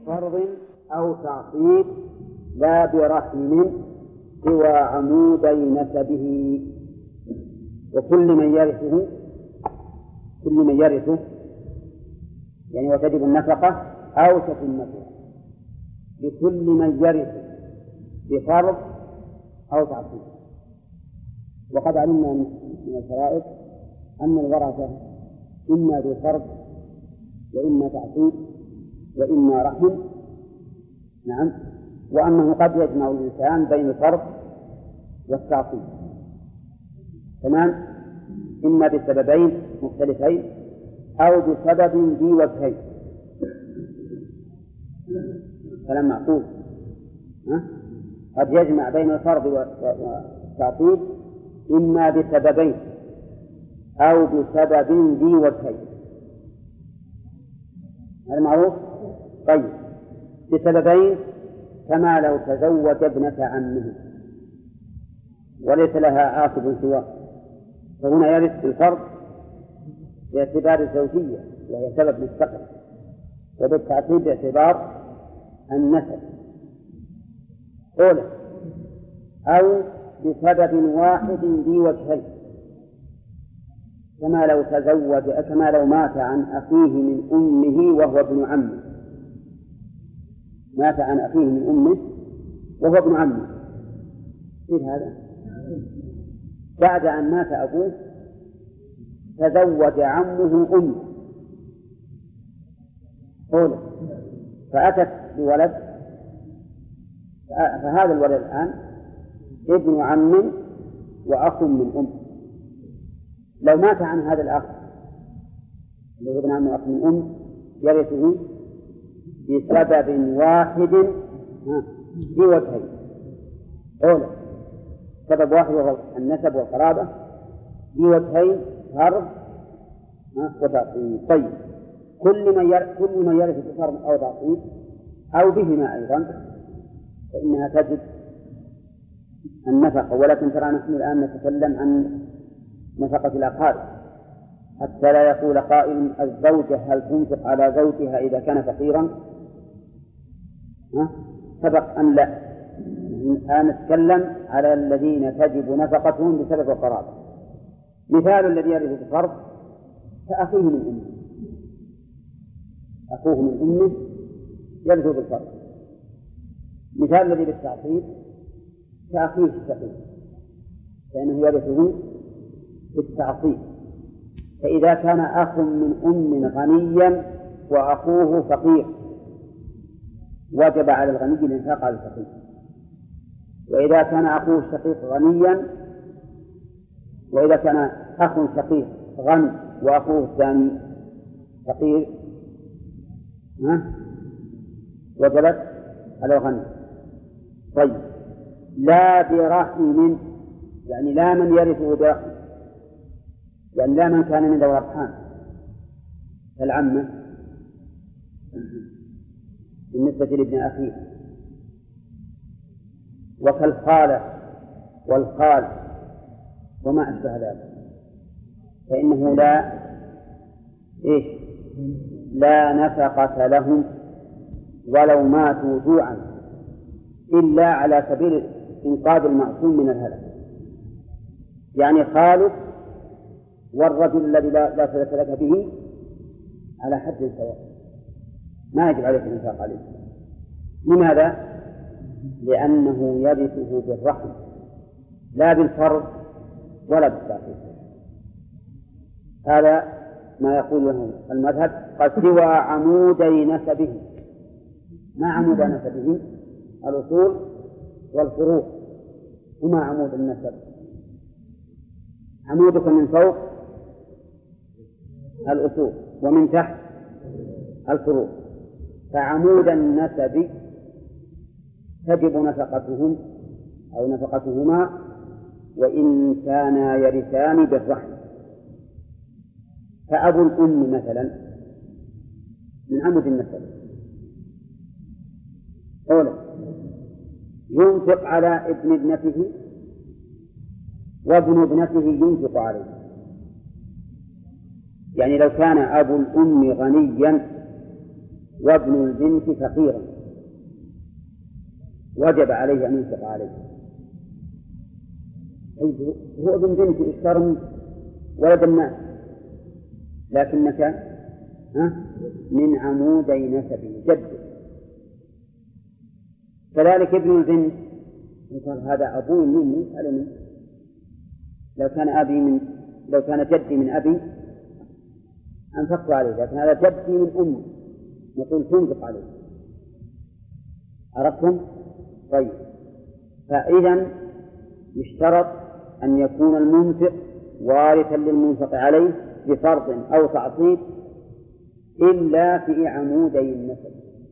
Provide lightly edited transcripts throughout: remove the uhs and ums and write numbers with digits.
فرض أو تعصيب لا برحم سوى عمودي نسبه، وكل من يرثه يعني وتجب النفقة أو تتمتها لكل من يرث بفرض أو تعصيب. وقد علمنا من الفرائض أن الورثة إما بفرض وإما تعصيب وإما رحم، نعم، وأنه قد يجمع الإنسان بين الفرض والتعصيب تمام، إما بسببين مختلفين أو بسبب ذي وجهين. كلام معقول. قد يجمع بين الفرض والتعصيب إما بسببين أو بسبب ذي وجهين. هذا معروف؟ طيب، بسببين كما لو تزوج ابنة عمه وليس لها عاقب سواه، فهنا يرث بالفرض باعتبار الزوجية وهي سبب مستقل، وبالتعصيب باعتبار النسب أولا، أو بسبب واحد ذي وجهين كما لو مات عن أخيه من أمه وهو ابن عمه، مات عن أخيه من أمه وهو ابن عمه، كيف هذا؟ بعد أن مات أبوه تزوج عمه أمه أولا فأتت بولد، فهذا الولد الآن ابن عم وأخ من أم. لو مات عن هذا الأخ الذي ابن عم وأخ من أم يرثه بسبب واحد ذي وجهين أولا، سبب واحد وهو النسب والقرابة، ذي وجهين فرض وتعصيب. طيب، كل من يرث بفرض أو تعصيب أو بهما أيضا فإنها تجب النفقة. ولكن ترى نحن الآن نتكلم عن نفقة الأقارب حتى لا يقول قائل الزوجة هل تنفق على زوجها إذا كان فقيرا؟ سبق أن لا. الآن نتكلم على الذين تجب نفقتهم بسبب القرابة. مثال الذي يرث بفرض فأخيه من أمه، أخوه من أمه يرث بالفرض. مثال الذي بالتعصيب كأخيه الشقيق فإنه يرثه بالتعصيب. فإذا كان أخ من أم غنيا وأخوه فقير وجب على الغني الإنفاق على الفقير، وإذا كان أخوه الشقيق غنيا، وإذا كان أخ شقيق غني وأخوه الثاني فقير وجبت على الغني. طيب، لا برحم يعني لا من يرثه برحم، يعني لا من كان من ذوي الأرحام كالعمة بالنسبة لابن أخيه، وكالخالة والخال وما أشبه ذلك، فإنه لا نفقة لهم ولو ماتوا جوعا إلا على سبيل إنقاذ المعصوم من الهلاك. يعني خالك والرجل الذي لا صلة لك به على حد سواء ما يجب عليك الإنفاق عليه. لماذا؟ لأنه يرثه بالرحم لا بالفرض ولا بالتعصيب. هذا ما يقوله المذهب قد سوى عمودي نسبه. ما عمود نسبه؟ الأصول والفروع هما عمود النسب. عمودك من فوق الأصول ومن تحت الفروع، فعمود النسب تجب نفقتهم أو نفقتهما وإن كانا يرثان بالرحم. فأبو الأم مثلا من عمود النسب أولا ينفق على ابن ابنته وابن ابنته ينفق عليه. يعني لو كان أبو الأم غنيا وابن البنت فقيرا وجب عليه أن ينفق عليه. هو ابن بنت اشترى ولد الناس، لكنك من عمودي نسبه جد. كذلك ابن البنت قال هذا أبوي مني ألمي، لو كان جدي من أبي أنفقت عليه، لكن هذا جدي من أمي نقول تنفق عليه. عرفتم؟ طيب، فإذا يشترط أن يكون المنفق وارثا للمنفق عليه بفرض أو تعصيب إلا في عمودي النسب،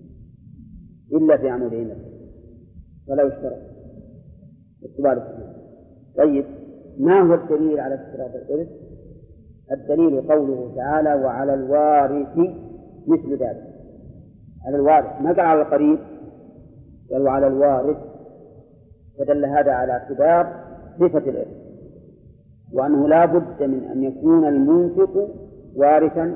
فلا يشترط السؤال. طيب، ما هو الدليل على اشتراط الإرث؟ الدليل قوله تعالى وعلى الوارث مثل ذلك. على الوارث، ما قال على القريب، قال وعلى الوارث، فدل هذا على اعتبار صفة الإرث، وأنه لا بد من أن يكون المنفق وارثا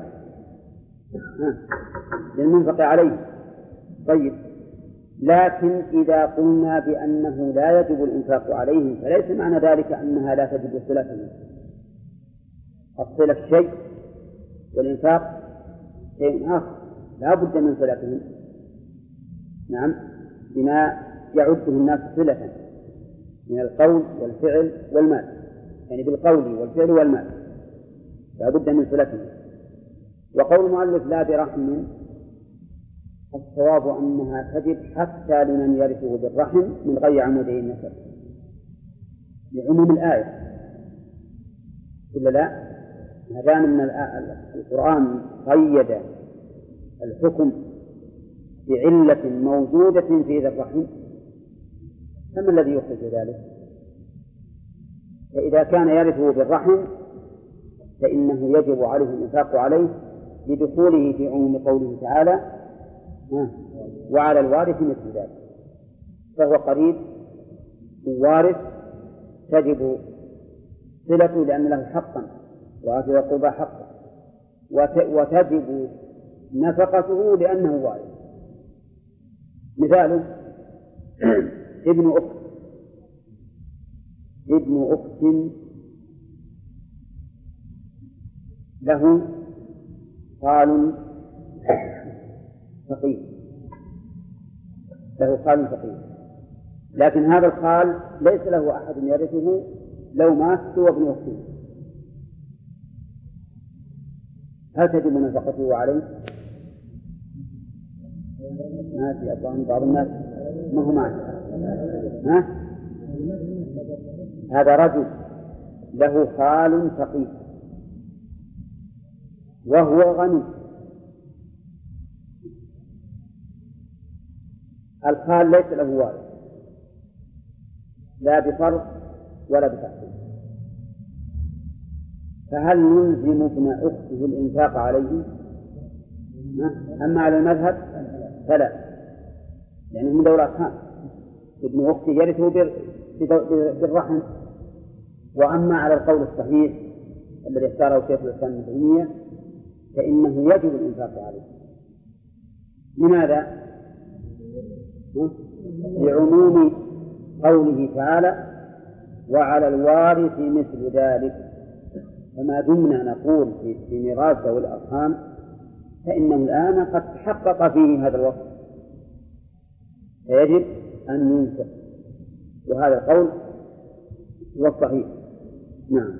للمنفق عليه. طيب، لكن إذا قلنا بأنه لا يجب الإنفاق عليه فليس معنى ذلك أنها لا تجب صلته. الصلة شيء والإنفاق شيء آخر، لا بد من صلتهم. نعم، بما يعده الناس صلة من القول والفعل والمال، يعني بالقول والفعل والمال لا بد من صلتهم. وقول المؤلف لا برحم، الصواب أنها تجب حتى لمن يرثه بالرحم من غير عمودي النسب لعموم الآية، إلا لا؟ ما دام من القرآن قيد الحكم بعلة موجودة في ذا الرحم، فما الذي يخرج ذلك؟ فإذا كان يرثه بالرحم فإنه يجب عليه الإنفاق عليه لدخوله في عموم قوله تعالى وعلى الوارث مثل ذلك، فهو قريب وارث تجب صلته لأن له حقا وآتي ذي القربى حقا، وتجب نفقته لأنه وارث. مثاله ابن أخت له خال فقير، لكن هذا الخال ليس له أحد يرثه لو مات سوى ابن أخته، هل تجب نفقته عليه؟ ما في أطعام بعض الناس ما هو معه. هذا رجل له خال فقير وهو غني، الخال ليس له وارث لا بفرض ولا بتحصيل، فهل نلزم ابن أخته الإنفاق عليه؟ أما على المذهب فلا، يعني من دورات خان ابن أخته يرثه بالرحم. وأما على القول الصحيح الذي اختاره شيخ الإسلام ابن تيمية فإنه يجب الإنفاق عليه. لماذا؟ لعموم قوله تعالى وعلى الوارث مثل ذلك، فما دمنا نقول في ميراث ذوي الأرحام فإنه الآن قد تحقق فيه هذا الوصف، فيجب أن ينفق، وهذا القول هو الصحيح. نعم،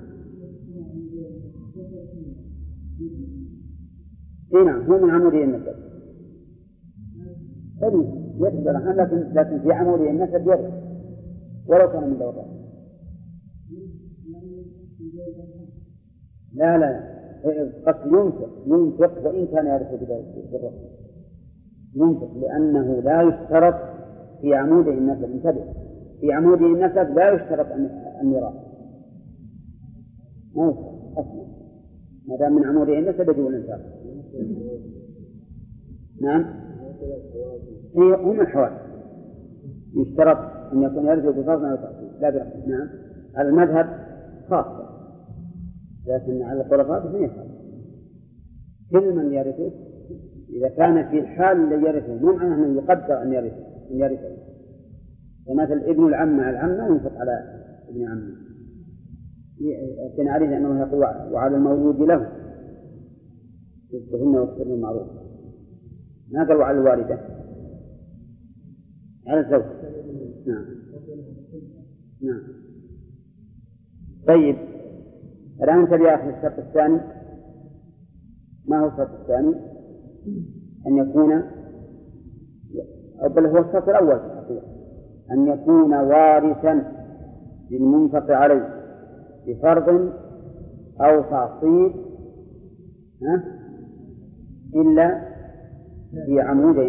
نعم، هو من عمودي النسب يرث الرحم، لكن في عمودي النسب يرث ولو كان من ذوي. لا قد ينفق وإن كان يرث بالرحم، ينفق لأنه لا يشترط في عمودي النسب. انتبه، في عمودي النسب لا يشترط الميراث، ما يشترط أصلا، ما دام من عمودي النسب يجب الإنفاق. نعم، هم الحوادث يشترط أن يكون يرث بفرض أو تعصيب لا برحم. نعم، على المذهب خاصة، لكن على الخلفاء فهي خاصة، كل من يرثه إذا كان في الحال الذي يرثه مو معناه أنه يقدر أن يرثه فمثل ابن العم مع العم لا ينفق على ابن عمه كان عليه أنه يقول وعلى المولود له رزقهن واكثرن المعروف ما قال وعلى الوالدة على الزوج. نعم نعم. طيب الآن تبي آخر الشرط الثاني. ما هو الشرط الثاني؟ أن يكون بل هو الشرط الأول في الحقيقة أن يكون وارثا للمنفق عليه بفرض أو تعصيب إلا في عمودي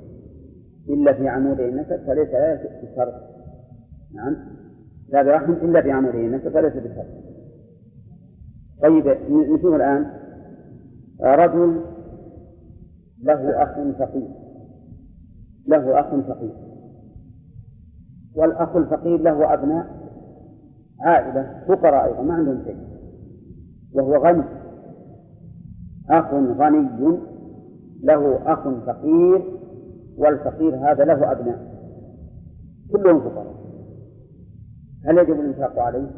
النسب فليس بشرط. نعم لا برحم إلا في عمودي النسب فليس بشرط. طيب نشوف الآن رجل له أخ فقير والأخ الفقير له أبناء عائلة فقراء أيضا ما عندهم شيء وهو غني. أخ غني له أخ فقير والفقير هذا له أبناء كلهم فقراء هل يجب الإنفاق عليه؟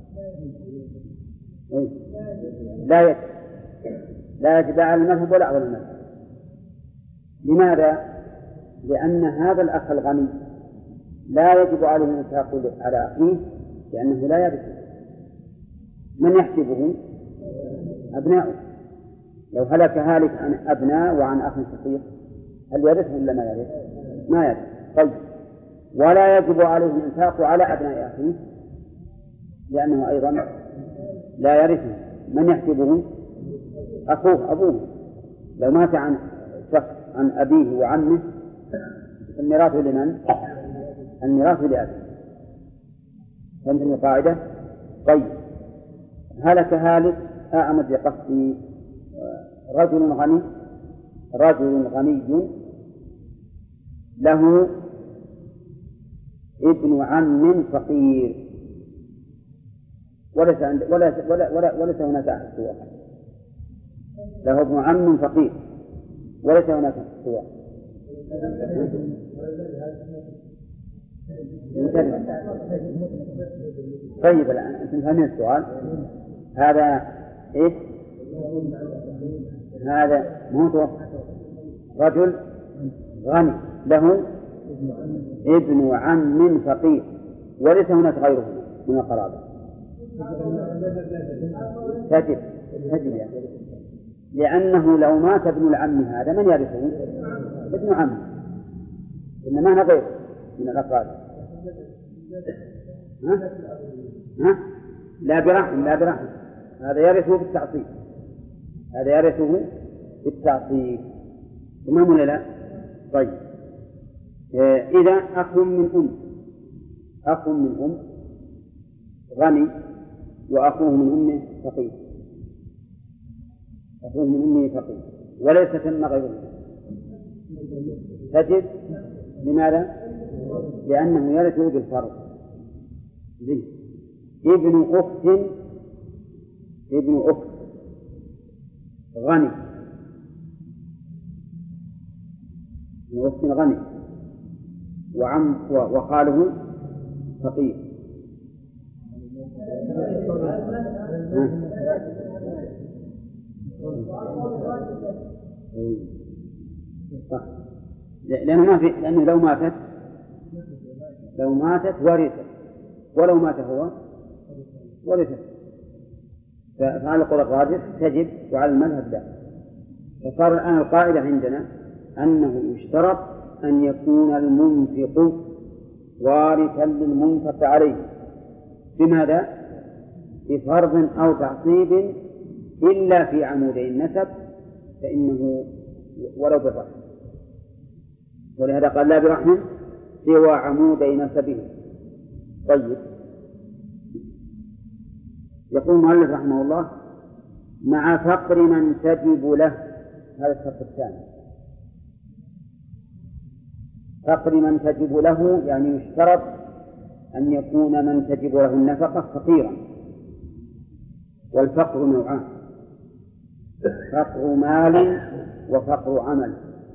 لا يجب على المذهب ولا على المذهب. لماذا؟ لأن هذا الأخ الغني لا يجب عليه الإنفاق على أخيه لأنه لا يرثه. من يحسبه؟ أبناؤه. لو هلك هالك عن أبناء وعن أخ فقير هل يرثه ولا ما يرث؟ ما يرث. طيب ولا يجب عليه الإنفاق على أبناء أخيه لأنه أيضا لا يرثه. من يحسبه؟ أبوه. لو مات عن أبيه وعمه الميراث لمن؟ الميراث لأبيه. فهمت القاعدة؟ طيب هلك هالك أعمد بقصدي رجل غني له ابن عم فقير وليس هناك أحد سواه. له ابن عم فقير وليس هناك سواه. طيب الآن أنتم فاهمين السؤال هذا إيش؟ هذا موت رجل غني له ابن عم فقير وليس هناك غيره من القرابة. تجب يعني. لأنه لو مات ابن العم هذا من يرثه؟ ابن عم إنما أنا غيره من الأقارب. لا برحم هذا يرثه بالتعصيب تمام ولا لا؟ طيب إذا أخ من أم غني وأخوه من أمه فقير وليس ثم غيره تجب. لماذا؟ لأنه يرثه بالفرض. ابن أخت غني وخاله فقير صح. لأنه لو ماتت ورثت ولو مات هو ورثت. فعلى القول الراجح تجب وعلى المذهب لا. فصار الآن القاعدة عندنا أنه يشترط أن يكون المنفق وارثا للمنفق عليه. بماذا؟ بفرض أو تعصيب إلا في عمودي النسب فإنه ولو بالرحم. ولهذا قال لا برحم سوى عمودي نسبه. طيب يقول المؤلف رحمه الله مع فقر من تجب له. هذا الشرط الثاني. فقر من تجب له يعني يشترط أن يكون من تجب له النفقة فقيرا. والفقر نوعان: فقر مال وفقر عمل.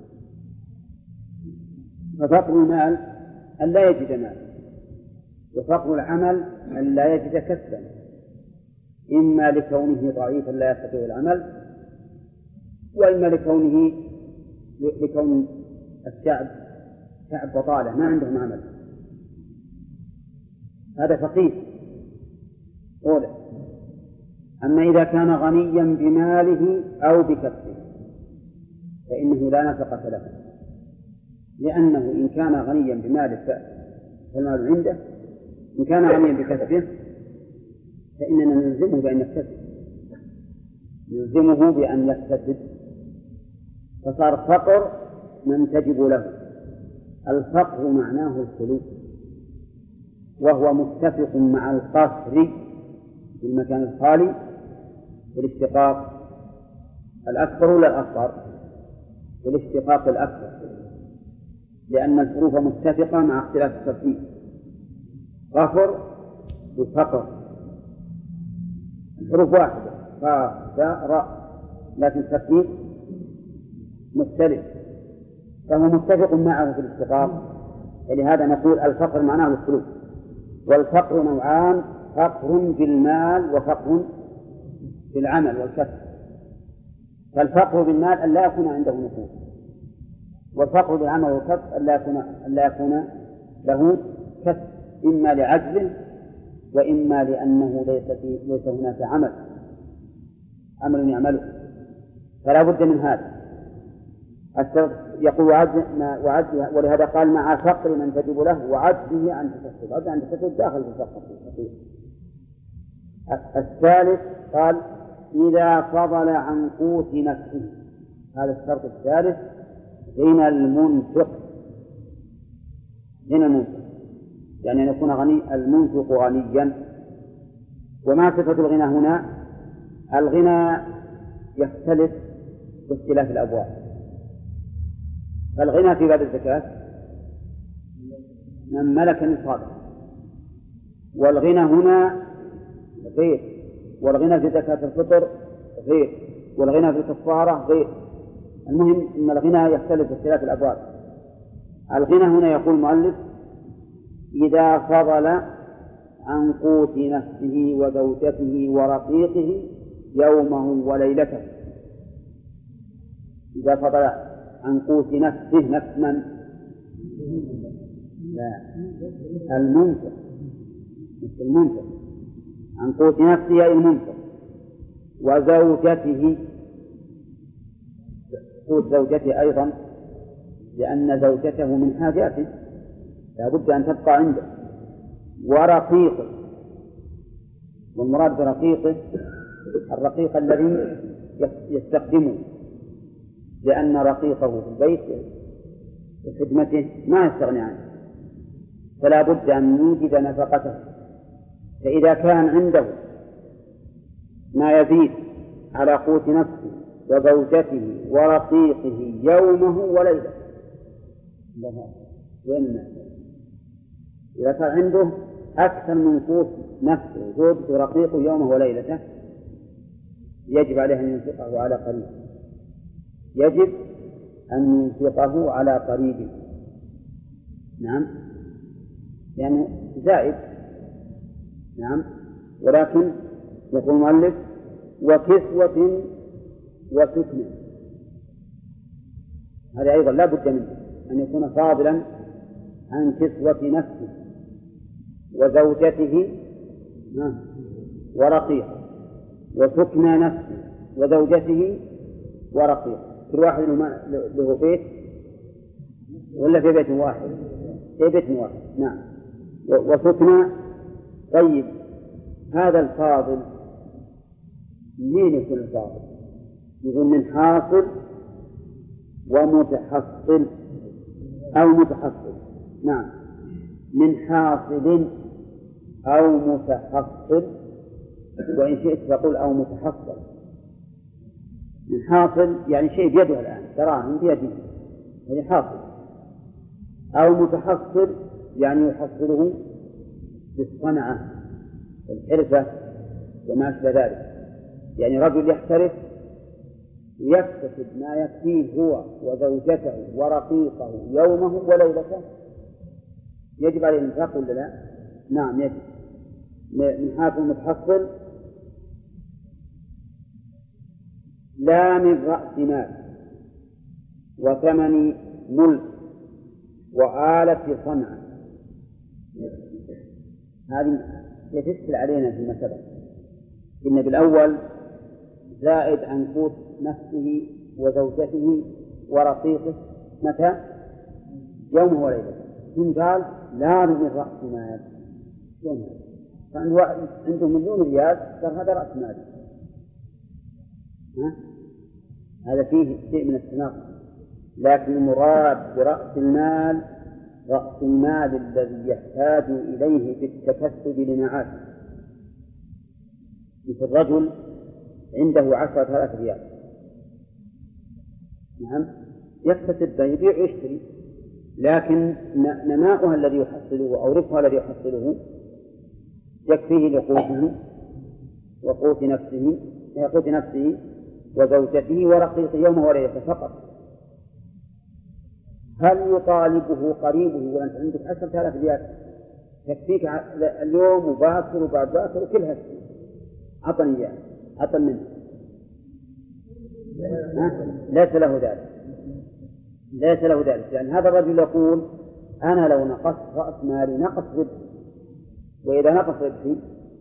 ففقر المال أن لا يجد مال، وفقر العمل أن لا يجد كسبا، إما لكونه ضعيفا لا يستطيع العمل، وإما لكون الشعب شعب بطالة ما عندهم عمل. هذا فقير أولا. أما إذا كان غنيا بماله أو بكسبه فإنه لا نفقة له، لأنه إن كان غنيا بماله فالمال عنده، إن كان غنيا بكسبه فإننا نلزمه بأن يكتسب، نلزمه بأن يكتسب، فصار فقر من تجب له. الفقر معناه الخلو، وهو متفق مع القصر في المكان الخالي في الاشتقاق الأكبر ولا الأصغر؟ في الاشتقاق الأكبر، لأن الحروف متفقة مع اختلاف الترتيب. غفر وفقر الحروف واحدة، فاء داء راء، لكن الترتيب مختلف، فهو متفق معه في الاشتقاق. ولهذا نقول الفقر معناه الخلو. والفقر نوعان: فقر بالمال وفقر بالعمل والكسب. فالفقر بالمال أن لا يكون عنده نفوذ، والفقر بالعمل والكسب أن لا يكون له كسب، إما لعجزه وإما لأنه ليس هناك عمل يعمله، فلا بد من هذا. يقول وعجزه، ولهذا قال مع فقر من تجب له وعجزه أن تكسب. عجزه أن تكسب داخل في الفقر. الثالث قال إذا فضل عن قوت نفسه. هذا الشرط الثالث: غنى المنفق. يعني أن يكون المنفق غنيا. وما صفة الغنى هنا؟ الغنى يختلف باختلاف الأبواب. فالغنى في باب الزكاة من ملك نصابه، والغنى هنا غير، والغنى في زكاة الفطر غير، والغنى في الكفارة غير. المهم أن الغنى يختلف باختلاف الأبواب. الغنى هنا يقول المؤلف إذا فضل عن قوت نفسه وزوجته ورقيقه يومه وليلته. إذا فضل عن قوت نفسه، نفس من؟ لا، المنفق، عن قوت نفسه أي المنفق. وزوجته، قوت زوجته أيضا، لأن زوجته من حاجاته لا بد أن تبقى عنده. ورقيقه، والمراد برقيقه الرقيق الذي يستخدمه، لأن رقيقه في البيت وخدمته ما يستغني عنه، فلا بد أن يوجد نفقته. فإذا كان عنده ما يزيد على قوت نفسه وزوجته ورقيقه يومه وليلته، إذا كان عنده أكثر من قوت نفسه وزوجته ورقيقه يومه وليلته يجب عليه أن ينفقه على قريب، يجب أن ينفقه على قريب. نعم، يعني زائد. نعم، ولكن يقول المؤلف وكسوة وسكنة، هذا أيضا لا بد منه أن يكون فاضلا عن كسوة نفسه وزوجته ورقيقه، وسكنى نفسه وزوجته ورقيقه. كل واحد له بيت ولا في بيت واحد؟ في بيت واحد. نعم، وسكنى. طيب، هذا الفاضل مين يكون الفاضل؟ يقول من حاصل ومتحصل أو متحصل. نعم، من حاصل أو متحصل، وإن شئت فقل أو متحصل. من حاصل يعني شيء بيده الآن، دراهم بيده، هذه حاصل. أو متحصل يعني يحصله بالصنعة والحرفة وما أشبه ذلك. يعني رجل يحترف يكتسب ما يكفيه هو وزوجته ورقيقه يومه وليلته يجب عليه الإنفاق ولا لا؟ نعم يجب. من حيث المتحصل لا من رأس مال وثمن ملك وآلة صنعة. هذه تشكل علينا فيما سبق. إن بالأول زائد عن قوت نفسه وزوجته ورقيقه متى؟ يومه وليلته. إن قال لا من رأس مال عنده 1,000,000 ريال صار هذا رأس مال. هذا فيه شيء من التناقض. لكن المراد برأس المال رأس المال الذي يحتاج إليه بالتكسب لمعاشه. مثل رجل عنده 10,000 ريال، نعم، يكتسب يبيع ويشتري، لكن نماؤها الذي يحصله أو ربحها الذي يحصله يكفيه لقوته وقوت نفسه وزوجته ورقيق يومه وليلته فقط. هل يطالبه قريبه وأنت عندك 10,000 ريال يكفيك اليوم وباكر وبعد باكر وكلها الشيء عطني إياه عطن منه؟ ليس له ذلك. يعني هذا الرجل يقول أنا لو نقصت رأس مالي نقص ربحي، وإذا نقص ربحي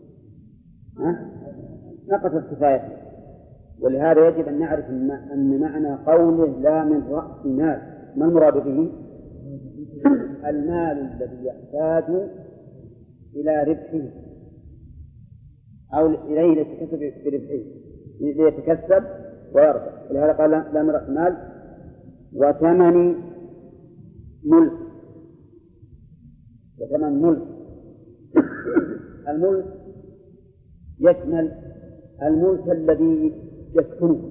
نقصت كفايته. ولهذا يجب أن نعرف أن معنى قوله لا من رأس مال ما المراد به؟ المال الذي يحتاج إلى ربحه أو إليه ليتكسب بربحه ليتكسب ويربح. ولهذا قال لا من رأس مال وثمن ملك. الملك يشمل الملك الذي يسكنه.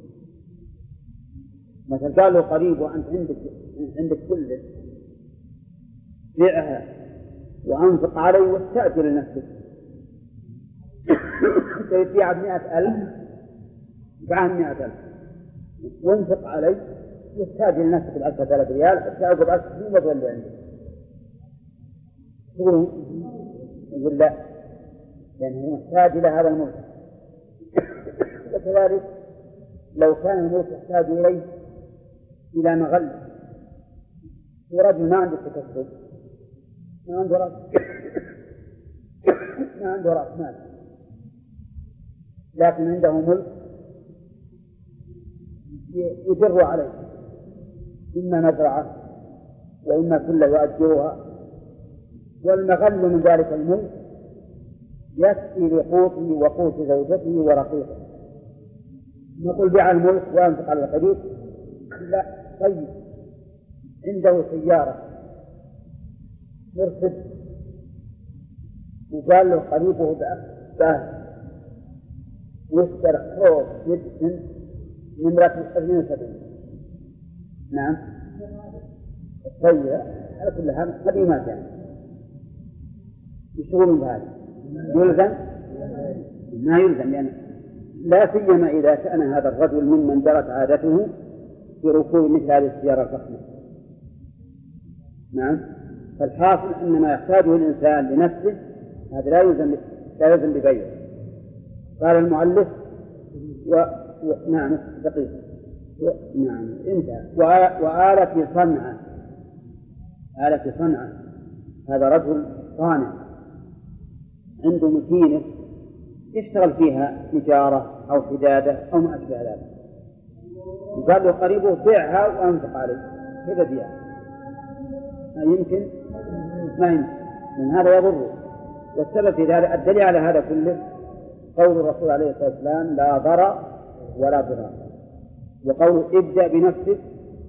مثل قال له قريب وأنت عندك كله بيعها وأنفق عليه واستأجر لنفسك. تبيع ب100,000 باعها 100,000 وانفق عليه واستأجر لنفسك ب10,000 ريال استأجر ب10 سنين اللي عندك. يقول لا، لأنه محتاج إلى هذا الملك. وكذلك لو كان الملك يحتاج إليه إلى مغل، ورجل ما عنده تكسب ما عنده رأس مال لكن عنده ملك يجر عليه، إما مزرعة وإما كله يؤجرها، والمغل من ذلك الملك يكفي لقوته وقوت زوجته ورقيقه. نقول بيع الملك وأنفق على القريب؟ لا. طيب عنده سيارة مرسد وقال له قريبه بأهل واشترى حوض جدا نمرة 72. نعم طيب على كل هذا قديمات يعني يشتغلون بهذا يلزم؟ ما يلزم، يعني لا سيما إذا كان هذا الرجل ممن جرت عادته في ركوب مثل هذه السيارة الفخمة. نعم. فالحاصل أن ما يحتاجه الإنسان لنفسه هذا لا يلزم بغيره. قال المؤلف نعم دقيقة نعم انتهى. وآلة صنعة هذا رجل صانع عنده مكينة يشتغل فيها تجارة أو حدادة أو ما أشبه ذلك، قال له قريبه بيعها وأنفق عليه كذا بيعها. ما يمكن من هذا يضره. والسبب في ذلك الدليل على هذا كله قول الرسول عليه الصلاة والسلام لا ضرر ولا ضرار، وقوله ابدأ بنفسك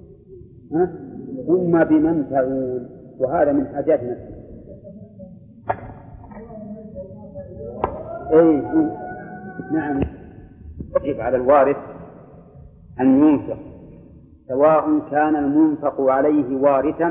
ثم بمن تعول، وهذا من حاجات نفسك. نعم. يجب على الوارث أن ينفق سواء كان المنفق عليه وارثا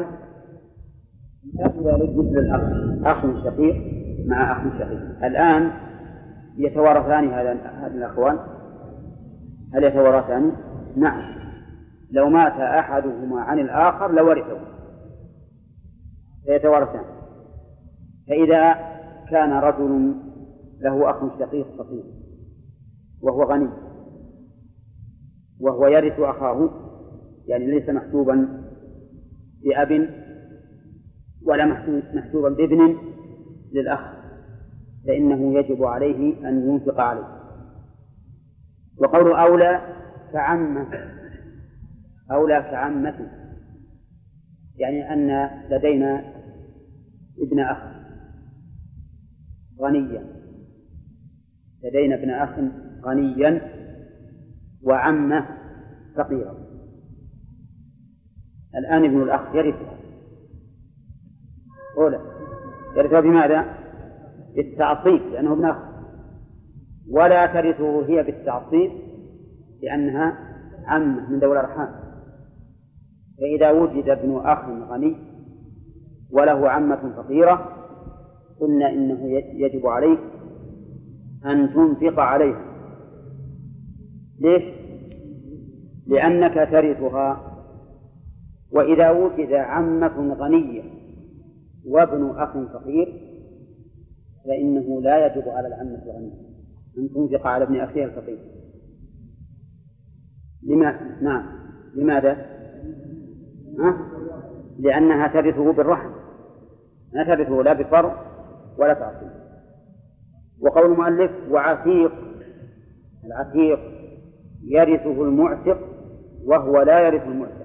مثل الأخ، أخ شقيق مع أخ شقيق. الآن يتوارثان هذا الأخوان، هل يتوارثان؟ نعم، لو مات أحدهما عن الآخر لورثه فيتوارثان. فإذا كان رجل له أخ شقيق فقير وهو غني وهو يرث أخاه، يعني ليس محسوبا بأب ولا محسوبا بابن للأخ، فإنه يجب عليه أن ينفق عليه. وقول أولى كعمة، أولى كعمة، يعني أن لدينا ابن أخ غنيا، لدينا ابن أخ غنيا وعمة فقيرة. الآن ابن الأخ يرثها، أولى يرثها بماذا؟ بالتعصيب لأنه ابن أخ، ولا ترثه هي بالتعصيب لأنها عمة من ذوي الأرحام. فإذا وجد ابن أخ غني وله عمة فقيرة قلنا إنه يجب عليك أن تنفق عليه. ليش؟ لأنك ترثها. وإذا وجد عمة غنية وابن أخ فقير فإنه لا يجب على العمة الغنية أن تنفق على ابن أخيها الفقير. نعم، لماذا؟ لأنها ترثه بالرحم، لا ترثه لا بفرض ولا تعصيب. وقول المؤلف وعتيق، العتيق يرثه المعتق وهو لا يرث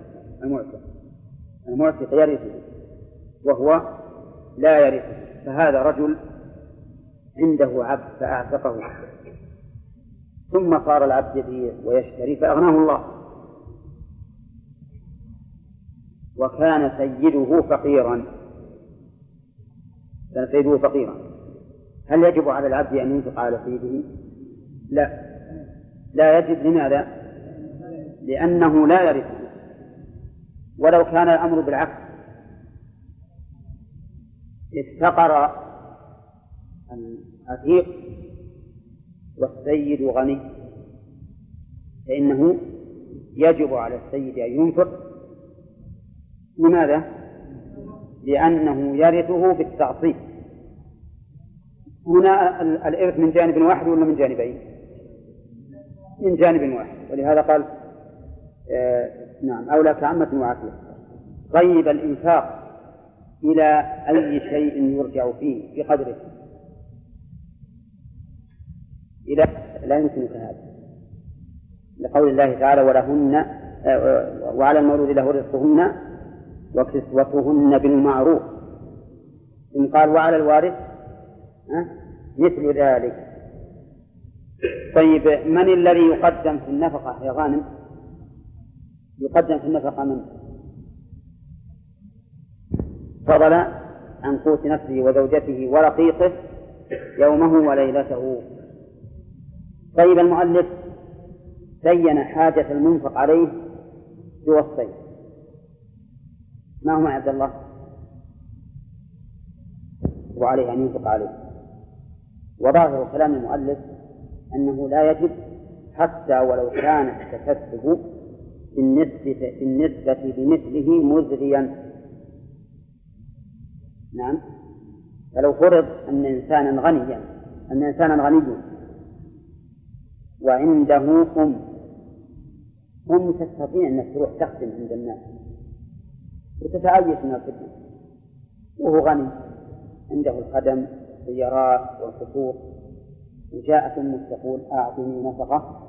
المعتق يرثه وهو لا يرثه. فهذا رجل عنده عبد فأعتقه ثم صار العبد يبيع ويشتري فأغناه الله، وكان سيده فقيرا، هل يجب على العبد أن ينفق على سيده؟ لا يجب. لماذا؟ لأنه لا يرثه. ولو كان الأمر بالعكس، افتقر العتيق والسيد غني، فإنه يجب على السيد أن ينفق. لماذا؟ لأنه يرثه بالتعصيب. هنا الإرث من جانب واحد ولا من جانبين؟ من جانب واحد، ولهذا قال نعم أولى كعمة وعافية. طيب الإنفاق إلى أي شيء يرجع فيه بقدره؟ إلى لا يمكنك هذا، لقول الله تعالى ولهن وعلى المولود له رزقهن وكسوتهن بالمعروف. إن قال وعلى الوارث مثل ذلك. طيب من الذي يقدم في النفقة يا غانم؟ يقدم في النفقة من فضل عن قوت نفسه وزوجته ورقيقه يومه وليلته. طيب المؤلف بين حاجة المنفق عليه بوصفين، ما هما عبد الله؟ وعليه أن ينفق عليه. وظاهر كلام المؤلف أنه لا يجب حتى ولو كان التكسب بالنسبة بمثله مزريا. نعم، فلو فرض أن إنسانا غنيا وعنده أم تستطيع أن تروح تخدم عند الناس وتتعيش من الخدمة، وهو غني عنده الخدم السيارات والقصور، وجاءت أم تقول أعطني نفقة،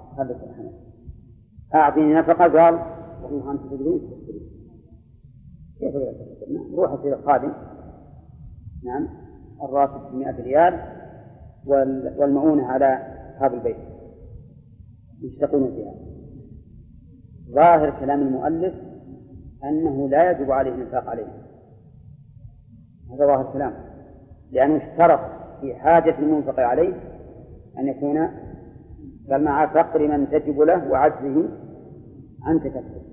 أعطني نفقة، قال والله أنت تدرين كيف روح أصير خادم. نعم، الراتب 100 ريال والمؤونة على أصحاب البيت يشتقون فيها. ظاهر كلام المؤلف أنه لا يجب عليه الإنفاق عليه، هذا ظاهر كلام، لأنه اشترط في حاجة المنفق عليه أن يكون مع فقر من تجب له وعجزه عن تكسب.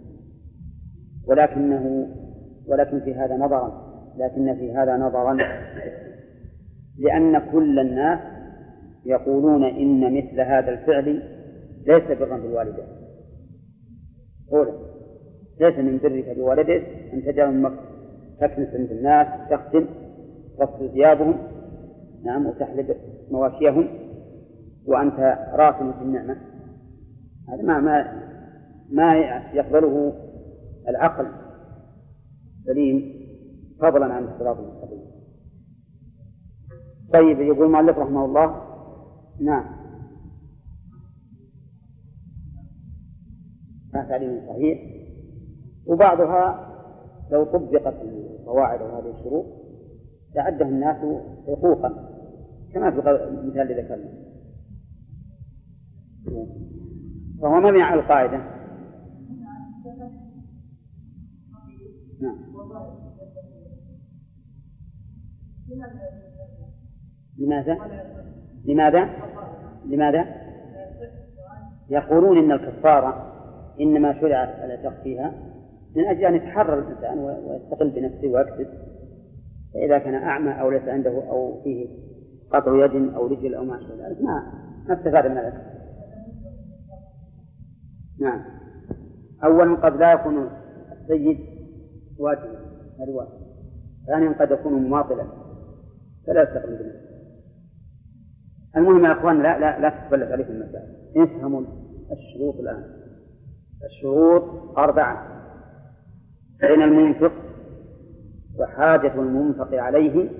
ولكن في هذا نظرا لأن كل الناس يقولون إن مثل هذا الفعل ليس برا بالوالدين، أولا ليس من برك بوالدك أن تجعل تكنس عند الناس تختم تغسل ثيابهم نعم وتحلب مواشيهم وأنت راكن في النعمة. هذا ما يقبله العقل سليم فضلا عن الصراط المستقيم. طيب يقول المؤلف رحمه الله نعم ما تعليم صحيح. وبعضها لو طبقت القواعد وهذه الشروط تعده الناس حقوقا كما في المثال الذي ذكرنا، فهو مبني على القاعدة. نعم. لماذا يقولون إن الكفارة إنما شرعت العتق فيها من أجل أن يتحرر الإنسان ويستقل بنفسه ويكسب، فإذا كان أعمى أو ليس عنده أو فيه قطع يد أو رجل أو ما شابه ذلك ما استفاد من ذلك. نعم. أولا قد لا يكون السيد واجبا هذا واجب، ثانيا قد يكون مماطلا فلا يستقل بنفسه. المهم يا أخوان لا تتبلغ عليكم المسائل، افهموا الشروط الآن. الشروط 4: بين المنفق وحاجة المنفق عليه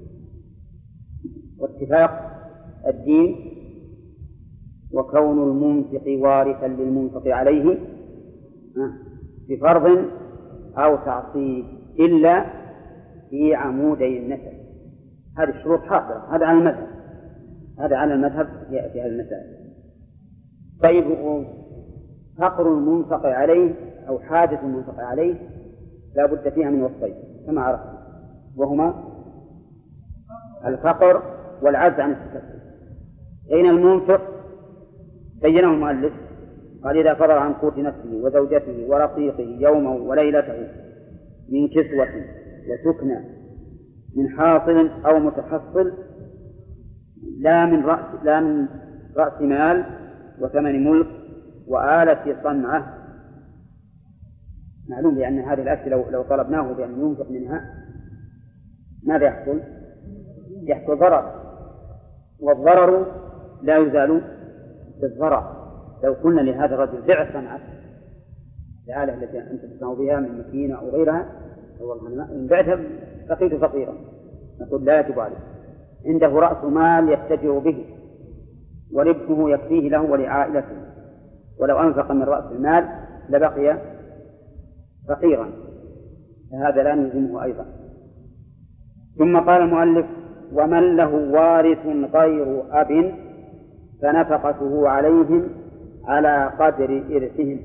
واتفاق الدين وكون المنفق وارثا للمنفق عليه بفرض أو تعصيب إلا في عمودي النسب. هذه الشروط حاصلة. هذا على المذهب في هذه المسائل. طيب فقر المنفق عليه أو حاجة المنفق عليه لا بد فيها من وصفين كما عرفنا، وهما الفقر والعجز عن التكسب. أين المنفق بينه المؤلف قال إذا فضل عن قوت نفسه وزوجته ورقيقه يوما وليلته من كسوة وسكنى من حاصل أو متحصل لا من رأس مال وثمن ملك وآلة صنعة. معلوم بأن هذه الأشياء لو طلبناه بأن ينفق منها ماذا يحصل؟ يحصل ضرر، والضرر لا يزال بالضرر. لو قلنا لهذا الرجل بيع صنعة الآلة التي أنت تصنع بها من مكينة أو غيرها إن بعتها بقيت فقيرا نقول لا يجب عليه، عنده رأس مال يتجر به وربحه يكفيه له ولعائلته، ولو أنفق من رأس المال لبقي فقيرا، فهذا لا نلزمه أيضا. ثم قال المؤلف ومن له وارث غير أب فنفقته عليهم على قدر إرثهم.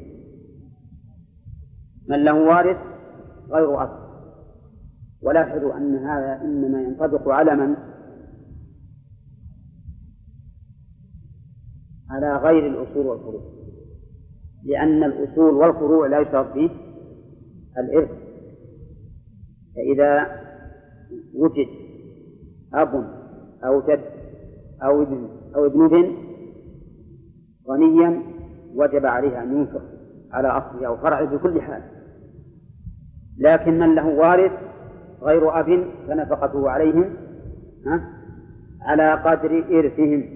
من له وارث غير أب، ولاحظوا أن هذا إنما ينطبق على من؟ على غير الأصول والفروع، لأن الأصول والفروع لا يشترط فيه الإرث. فإذا وجد أب أو جد أو ابن بن غنيا وجب عليه أن ينفق على أصله أو فرعه بكل حال، لكن من له وارث غير أب فنفقته عليهم على قدر إرثهم.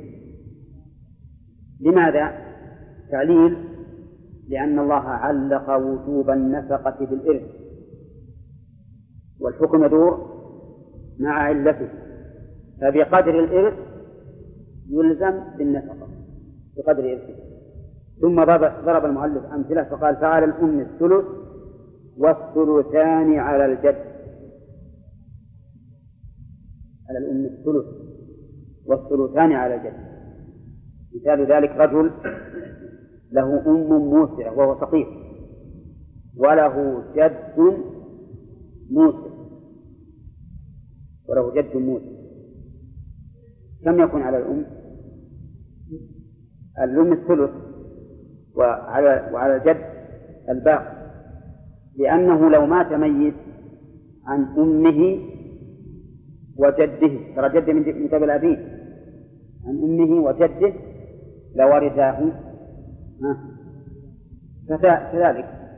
لماذا؟ تعليل: لأن الله علق وجوب النفقة بالإرث، والحكم يدور مع علته، فبقدر الإرث يلزم بالنفقة بقدر إرثه. ثم ضرب المؤلف أمثلة فقال فعلى الأم الثلث والثلثان على الجد. على الأم الثلث والثلثان على الجد. مثال ذلك رجل له أم موسعة وهو فقير وله جد موسع كم يكون على الأم؟ الأم الثلث وعلى الجد الباقي، لأنه لو مات ميت عن أمه وجده، ترى جده من قبل أبيه، عن أمه وجده لورثاه كذلك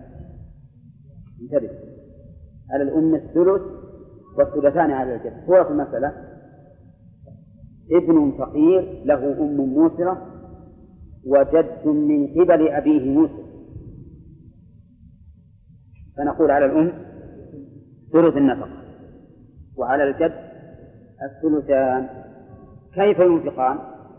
انتبه، على الأم الثلث والثلثان على الجد. صورة المسألة: ابن فقير له أم موسرة وجد من قبل أبيه موسر، فنقول على الأم ثلث النفقة وعلى الجد الثلثان. كيف ينفقان؟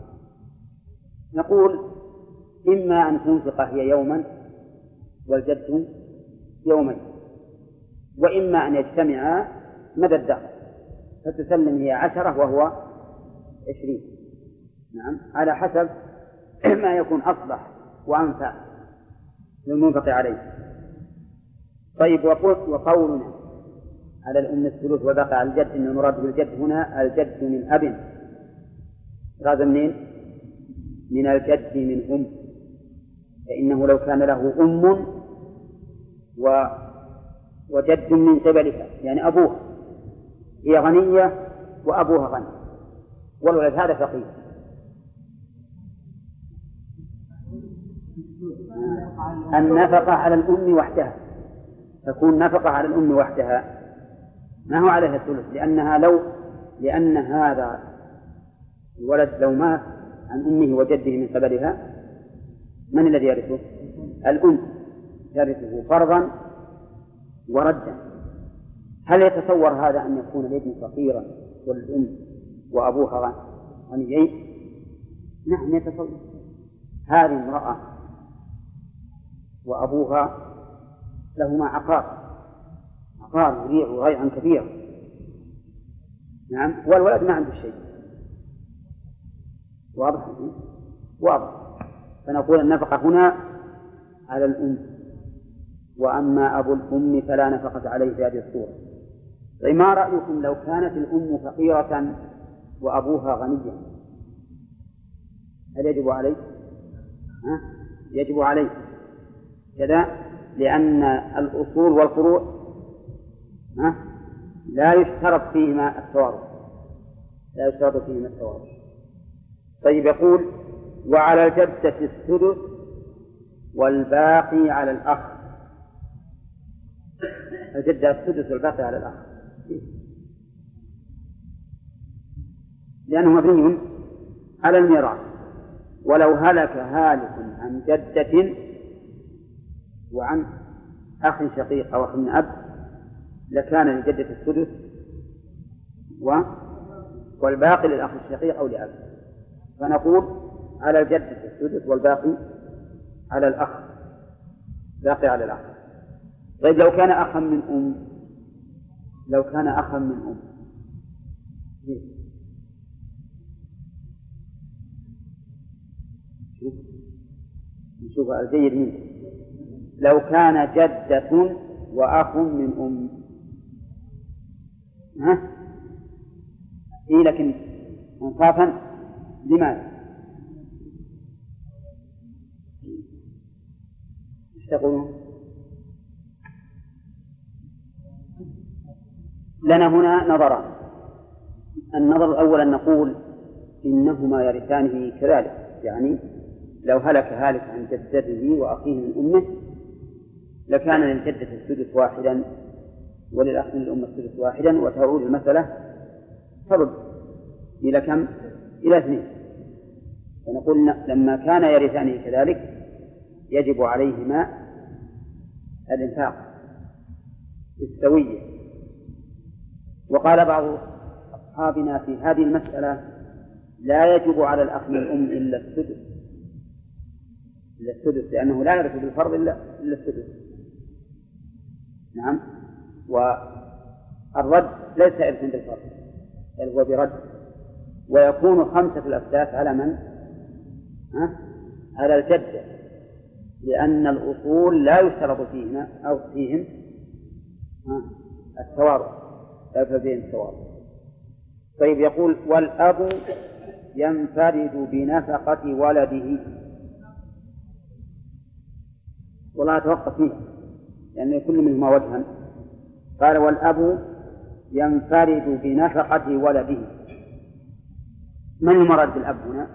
نقول إما أن تنفق هي يوما والجد يومين، وإما أن يجتمعا مدى الدهر فتسلم هي 10 وهو 20. نعم، على حسب ما يكون أصلح وأنفع للمنفق عليه. طيب، وقولنا على الأم الثلث وبقى على الجد، إن المراد بالجد هنا الجد من أب. هذا منين؟ من الجد من أم، فإنه لو كان له أم وجد من قبلها، يعني أبوها، هي غنية وأبوها غني والولد هذا فقير، النفقة على الأم وحدها تكون نفقة على الأم وحدها، ما هو عليها الثلث، لأن هذا الولد لو مات عن أمه وجده من قبلها من الذي يرثه؟ الأم يرثه فرضا وردا. هل يتصور هذا أن يكون الابن فقيرا والأم وأبوها غنيين؟ نعم يتصور. هذه امرأة وأبوها لهما عقار يريع ريعا كبيرا، نعم، والولد ما عنده شيء، واضح؟ فنقول النفقة هنا على الأم، وأما أبو الأم فلا نفقة عليه في هذه الصورة. طيب، ما رأيكم لو كانت الأم فقيرة وأبوها غنيا؟ هل يجب عليه؟ يجب عليه كذا، لأن الأصول والفروع لا يشترط فيهما التوارث. طيب، يقول: وعلى الجدة السدس والباقي على الأخ. الجدة السدس والباقي على الأخ لأنه مبني على الميراث. ولو هلك هالك عن جدة وعن أخ شقيق أو أخ من أب لكان للجدة السدس والباقي للأخ الشقيق أو لأب، فنقول على الجدة السدس والباقي على الأخ، باقي على الأخ. طيب، لو كان أخا من أم نشوف الجيد منه. لو كان جدة وأخ من أم، لكن انصافا لماذا؟ ايش تقولون؟ لنا هنا نظران. النظر الأول أن نقول إنهما يرثانه كذلك، يعني لو هلك هالك عن جدته وأخيه من أمه لكان للجدة السدس واحدا وللأخ من الأم السدس واحدا، وتعود المسألة فرد إلى كم؟ إلى 2. فنقول لما كان يرثانه كذلك يجب عليهما الإنفاق السوية. وقال بعض أصحابنا في هذه المسألة: لا يجب على الأخ من الأم إلا السدس، لأنه لا يرث بالفرض إلا السدس. نعم، والرد ليس إرثا بالفرض بل هو برد، ويكون 5 الأسداس على من؟ على الجدة، لأن الأصول لا يشترط فيهما أو فيهم التوارث، لا يشترط فيهم التوارث. طيب، يقول: والأب ينفرد بنفقة ولده. والله توقف فيه لأن كل منهما وجها. قال: والأب ينفرد بنفقة ولده. من المراد بالأب هنا؟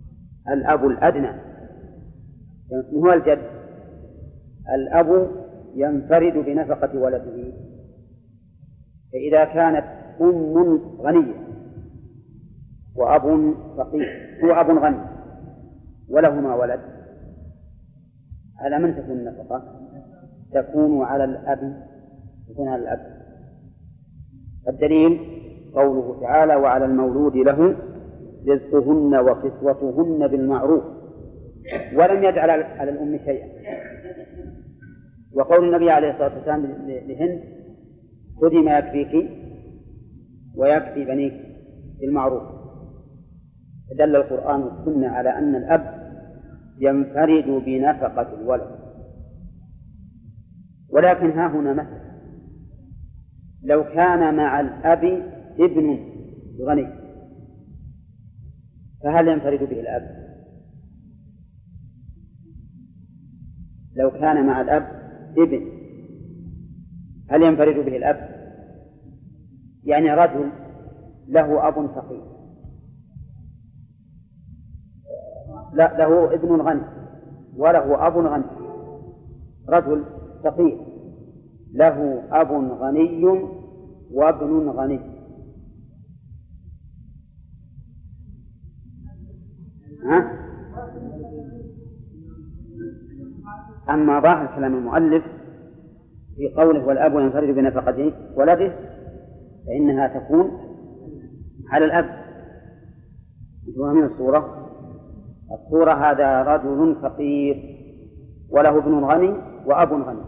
الأب الأدنى، هو الجد. الأب ينفرد بنفقة ولده. فإذا كانت أم غنية وأب فقير، هو أب غني ولهما ولد، على من تكون النفقة؟ تكون على الأب. الدليل قوله تعالى: وعلى المولود له رزقهن وكسوتهن بالمعروف، ولم يجعل على الأم شيئا. وقول النبي عليه الصلاة والسلام لهند: خذي ما يكفيك ويكفي بنيك بالمعروف. فدل القرآن والسنة على أن الأب ينفرد بنفقة الولد. ولكن ها هنا مثل: لو كان مع الأب ابن غني فهل ينفرد به الأب؟ لو كان مع الأب ابن هل ينفرد به الأب؟ يعني رجل له أب فقير، لا، له ابن غني وله أب غني، رجل فقير له أب غني وابن غني، أما ظاهر كلام المؤلف في قوله: والأب ينفرد بنفقة ولده، فإنها تكون على الأب. من الصورة هذا رجل فقير وله ابن غني وأب غني،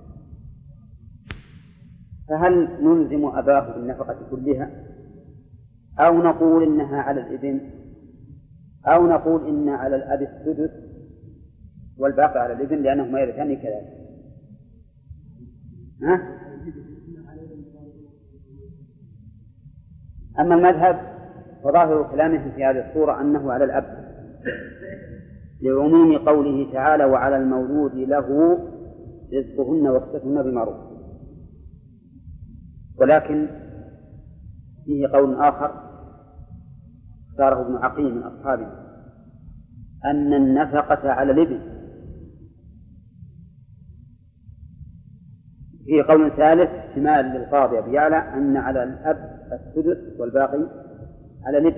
فهل نلزم أباه بالنفقة كلها، أو نقول إنها على الابن، أو نقول إن على الأب السدس والباقي على الابن لأنهما يرثان كذلك؟ أما المذهب فظاهر كلامه في هذه الصورة أنه على الأب، لعموم قوله تعالى: وعلى المولود له رزقهن وكسوتهن بالمعروف. ولكن فيه قول آخر اختاره ابن عقيل من أصحابه، أن النفقة على الابن. فيه قول ثالث احتمال للقاضي أبي يعلى أن على الأب السدس والباقي على الابن.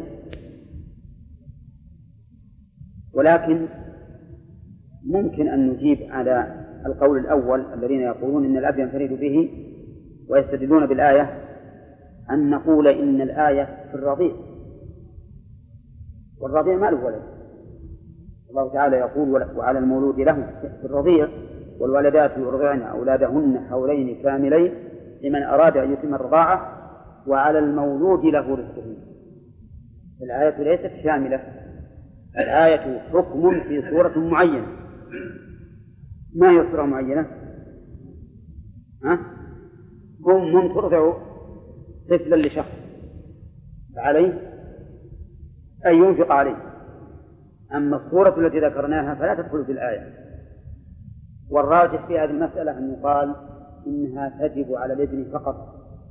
ولكن ممكن أن نجيب على القول الأول الذين يقولون إن الأب ينفرد به ويستدلون بالآية، أن نقول إن الآية في الرضيع، والرضيع ما له ولد. الله تعالى يقول: وعلى المولود له في الرضيع والوالدات يرضعن أولادهن حولين كاملين لمن أراد أن يتم الرضاعة وعلى المولود له رزقهن. الآية ليست شاملة، الآية حكم في سورة معينة. ما هي سورة معينة؟ هم ترضع طفلا لشخص فعليه أن ينفق عليه. أما الصورة التي ذكرناها فلا تدخل في الآية. والراجح في هذه المسألة أن يقال إنها تجب على الابن فقط،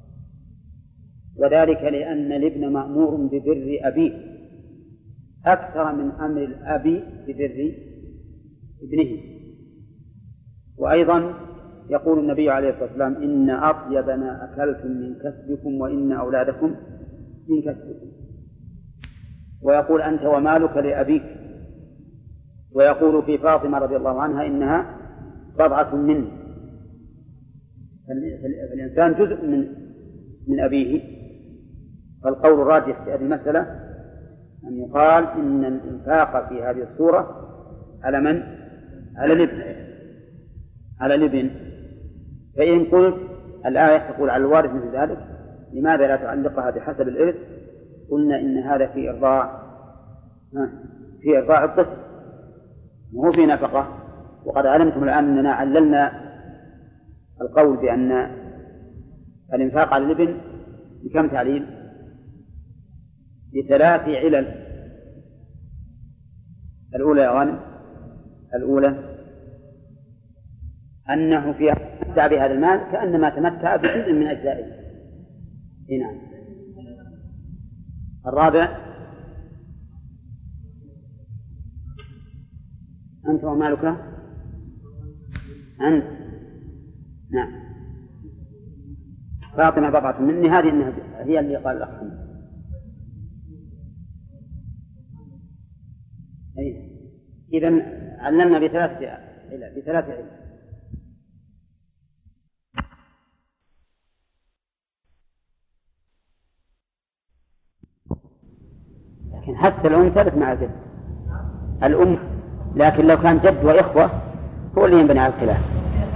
وذلك لأن الابن مأمور ببر أبيه أكثر من أمر الأب ببر ابنه. وأيضا يقول النبي عليه الصلاة والسلام: إن أطيب ما أكلتم من كسبكم وإن أولادكم من كسبكم. ويقول: أنت ومالك لأبيك. ويقول في فاطمة رضي الله عنها: إنها بضعة منه. فالإنسان جزء من أبيه. فالقول الراجح في هذه المسألة أن يقال إن الإنفاق في هذه الصورة على من؟ على الابن. فإن قلت الآية تقول على الوارث مثل ذلك، لماذا لا تعلقها بحسب الإرث؟ قلنا إن هذا في إرضاع الطفل وهو في نفقة. وقد علمتم الآن أننا عللنا القول بأن الإنفاق على الابن بكم تعليل؟ بثلاث علل. الأولى يا غانم، الأولى أنه في تمتع بهذا المال كأنما تمتع بجزء من أجزائه. نعم. الرابع أنت ومالك أنت نعم. فاطمة بضعة مني، هذه إنها هي اللي قال الأخ. إذن علمنا بثلاثة علم. لكن حتى الأم ثبت مع الجد، الأم، لكن لو كان جد وإخوة هو اللي ينبني على الخلاف.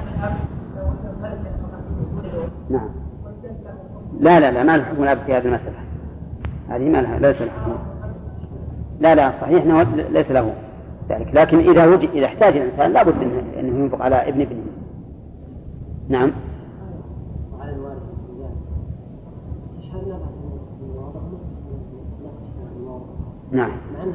نعم. لا ما الحكم الأب في هذه المسألة، هذه ما لها، ليس الحكم. لا صحيح ليس له ذلك، لكن إذا احتاج الإنسان لا بد أنه ينفق على ابنه. نعم. نعم.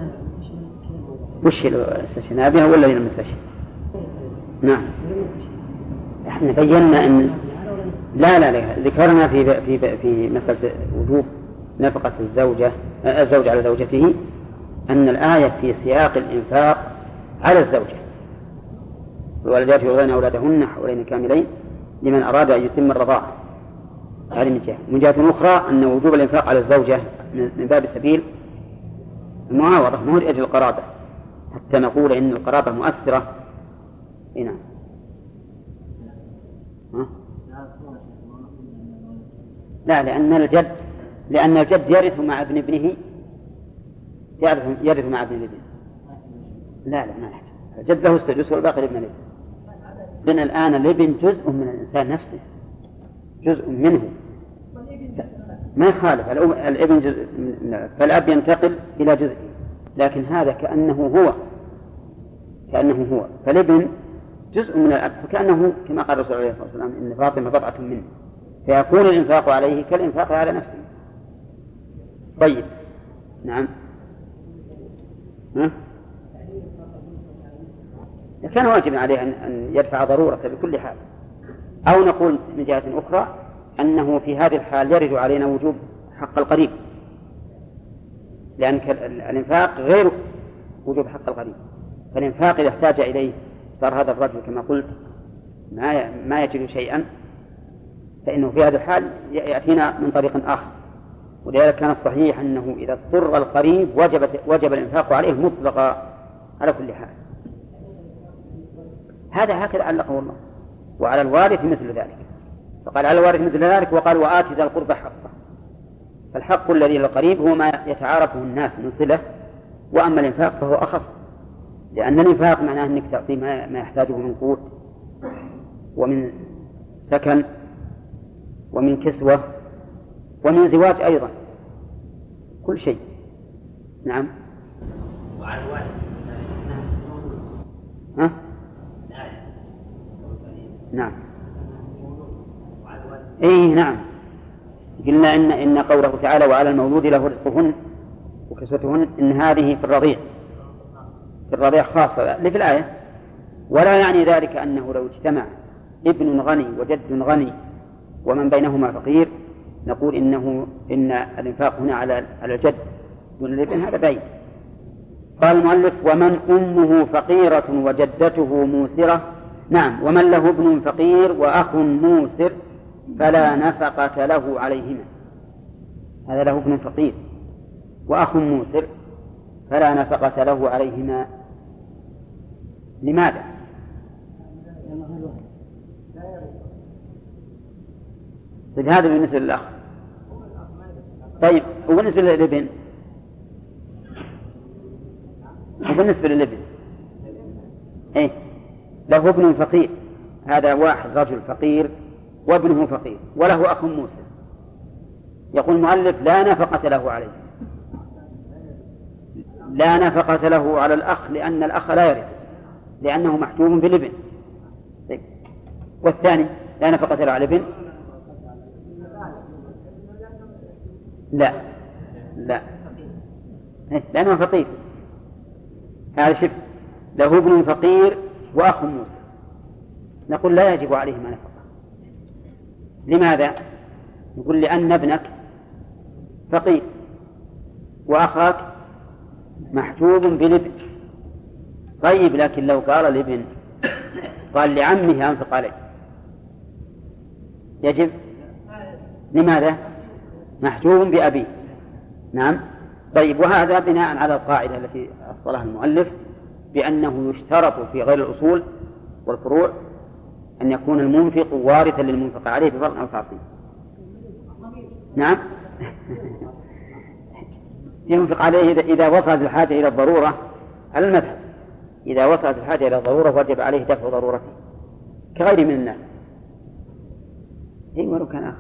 وش الاستشهاد بها ولا المستشهد؟ نعم. احنا بينا ان لا ذكرنا في مسألة وجوب نفقة الزوج على زوجته أن الآية في سياق الإنفاق على الزوجة، والوالدات يرضعن أولادهن حولين كاملين لمن أراد أن يتم الرضاعة. هذه من جهة أخرى أن وجوب الإنفاق على الزوجة من باب سبيل المعاوضة، مو لأجل القرابة، حتى نقول إن القرابة مؤثرة. نعم. لا، لأن الجد يرث مع ابن ابنه، يرث مع ابن ابنه. لا ما يحتاج، الجد له السدس والباقي لابن الابن. لأن الآن الابن جزء من الإنسان نفسه، جزء منه، ما يخالف الابن جزء، فالأب ينتقل إلى جزء، لكن هذا كأنه هو، فالابن جزء من الأب، فكأنه كما قال الرسول عليه الصلاة والسلام إن فاطمة بضعة منه، فيكون الإنفاق عليه كالإنفاق على نفسه. طيب. نعم. كان واجبا عليه أن يدفع ضرورة بكل حال، أو نقول من جهة أخرى أنه في هذه الحال يرد علينا وجوب حق القريب، لأن الإنفاق غير وجوب حق القريب، فالإنفاق إذا احتاج إليه صار هذا الرجل كما قلت ما يجد شيئا، فإنه في هذا الحال يأتينا من طريق آخر. ولذلك كان الصحيح أنه إذا اضطر القريب وجب الإنفاق عليه مطلقا على كل حال. هذا هكذا علقه الله. وعلى الوارث مثل ذلك، فقال على الوارث مثل ذلك، وقال وآت ذا القربى حقه. فالحق الذي للقريب هو ما يتعارفه الناس من صلة، وأما الإنفاق فهو أخف، لأن الإنفاق معناه أنك تعطي ما يحتاجه من قوت ومن سكن ومن كسوة ومن زواج أيضا، كل شيء. نعم. وعلى الوالد. نعم. نعم. قلنا إن قوله تعالى وعلى المولود له رزقهن وكسوتهن إن هذه في الرضيع خاصة في الآية، ولا يعني ذلك أنه لو اجتمع ابن غني وجد غني ومن بينهما فقير نقول إن الإنفاق هنا على الجد دون الابن، هذا بعيد. قال المؤلف ومن أمه فقيرة وجدته موسرة. نعم. ومن له ابن فقير وأخ موسر فلا نفقة له عليهما. هذا له ابن فقير وأخ موسر فلا نفقة له عليهما. لماذا؟ طيب هذا بالنسبة للأخ. طيب وبالنسبة للابن؟ وبالنسبة للابن له ابن فقير، هذا واحد رجل فقير وابنه فقير وله أخ موسر، يقول المؤلف لا نفقة له عليه، لا نفقة له على الأخ لأن الأخ لا يرث لأنه محجوب بالابن. طيب. والثاني لا نفقة له على الابن؟ لا لأنه فقير. هذا شف له ابن فقير وأخ موسى، نقول لا يجب عليهما نفقة. لماذا؟ نقول لأن ابنك فقير وأخاك محجوب بالابن. طيب لكن لو قال الابن قال لعمه أنفق عليه يجب. لماذا؟ محجوب بأبيه. نعم. طيب، وهذا بناء على القاعدة التي أصلها المؤلف بأنه يشترط في غير الأصول والفروع أن يكون المنفق وارثا للمنفق عليه بفرض أو تعصيب. نعم. ينفق عليه إذا وصلت الحاجة إلى الضرورة على المذهب. إذا وصلت الحاجة إلى الضرورة وجب عليه دفع ضرورته كغير من الناس. إيه ولو كان آخر.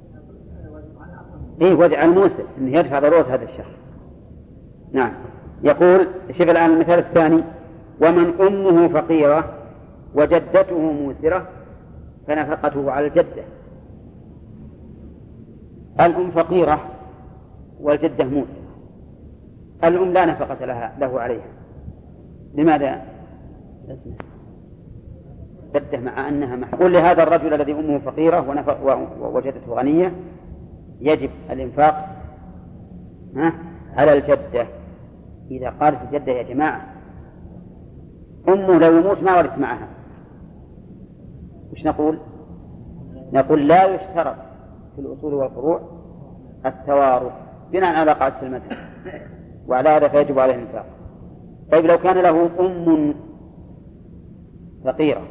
إيه وجع الموسى أنه يدفع ضرورة هذا الشخص. نعم. يقول شوف الآن المثال الثاني: ومن أمه فقيرة وجدته موسرة فنفقته على الجدة. الأم فقيرة والجدة موسرة. الأم لا نفقة له عليها. لماذا؟ جدة مع أنها محقول لهذا الرجل الذي أمه فقيرة ووجدته غنية يجب الإنفاق على الجدة. إذا قالت الجدة يا جماعة أمه لو يموت ما ورث معها، وش نقول؟ نقول لا يشترط في الأصول والفروع التوارث بناء على قاعدة المذهب، وعلى هذا فيجب عليه الإنفاق. طيب لو كان له أم فقيرة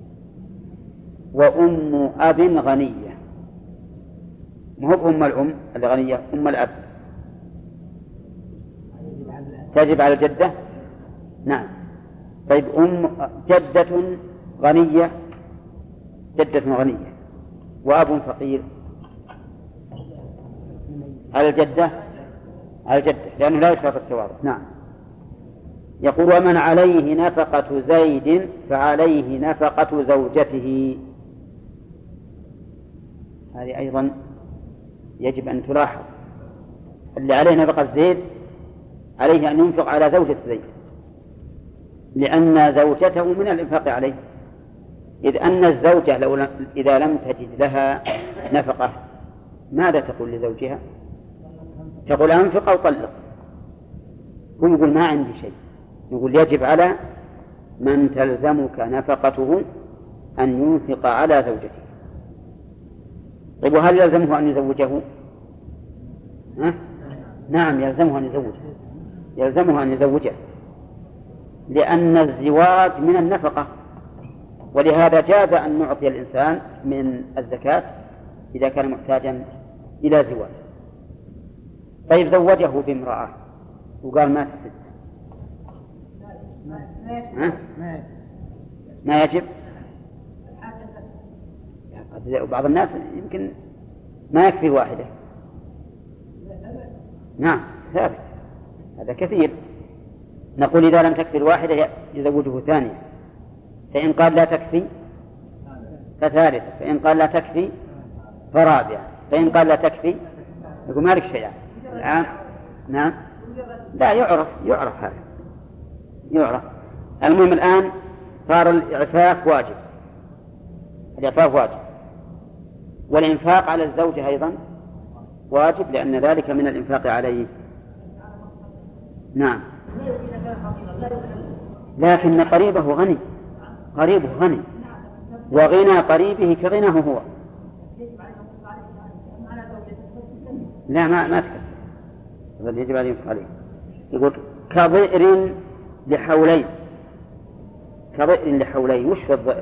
وأم أب غنية، ما هو أم الأم الغنية، أم الأب، تجب على الجدة؟ نعم. طيب جدة غنية، جدة غنية وأب فقير، على الجدة؟ على الجدة، لأنه لا يشترط التوارث. نعم. يقول: ومن عليه نفقة زيد فعليه نفقة زوجته. هذه أيضا يجب أن تلاحظ. اللي عليه نفقة زيد عليه أن ينفق على زوجة زيد، لأن زوجته من الإنفاق عليه، إذ أن الزوجة إذا لم تجد لها نفقة ماذا تقول لزوجها؟ تقول أنفق أو طلق. هو يقول ما عندي شيء. يقول يجب على من تلزمك نفقته أن ينفق على زوجته. طيب وهل يلزمه أن يزوجه؟ نعم يلزمه أن يزوجه، يلزمه أن يزوجه، لأن الزواج من النفقة، ولهذا جاز أن نعطي الإنسان من الزكاة إذا كان محتاجا إلى زواج. طيب زوجه بامرأة وقال ما تسد، ما يجب. وبعض الناس يمكن ما يكفي واحدة. نعم ثابت، هذا كثير. نقول إذا لم تكفي الواحدة يزوجه ثانية، فإن قال لا تكفي فثالثة، فإن قال لا تكفي فرابعة، فإن قال لا تكفي يقول مالك شيء الآن. نعم لا يعرف هذا يعرف. المهم الآن صار الإعفاف واجب، الإعفاف واجب، والإنفاق على الزوجة أيضا واجب، لأن ذلك من الإنفاق عليه. نعم. لكن قريبه غني، قريبه غني، وغنى قريبه كغناه هو. لا ما تكسر، هذا يجب عليه ينفق عليه. يقول كضئر لحولين. كضئر لحولين. وش في الضئر؟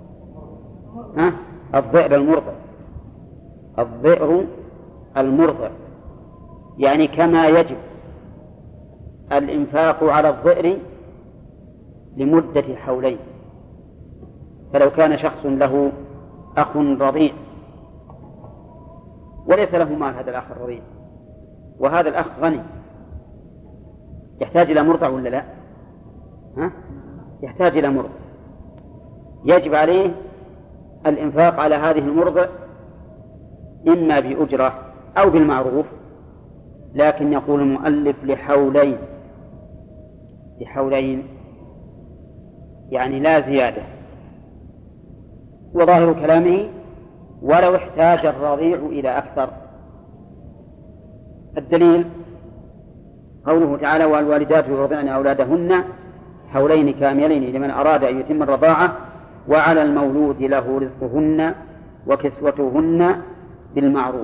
الضئر المرضع، الضئر المرضع، يعني كما يجب الإنفاق على الضئر لمدة حولين. فلو كان شخص له أخ رضيع وليس له مال هذا الأخ الرضيع، وهذا الأخ غني، يحتاج إلى مرضع ولا لا؟ يحتاج إلى مرضع، يجب عليه الإنفاق على هذه المرضع إما بأجرة أو بالمعروف، لكن يقول المؤلف لحولين، لحولين يعني لا زيادة. وظاهر كلامه ولو احتاج الرضيع إلى أكثر. الدليل قوله تعالى: والوالدات يرضعن أولادهن حولين كاملين لمن أراد أن يتم الرضاعة وعلى المولود له رزقهن وكسوتهن بالمعروف،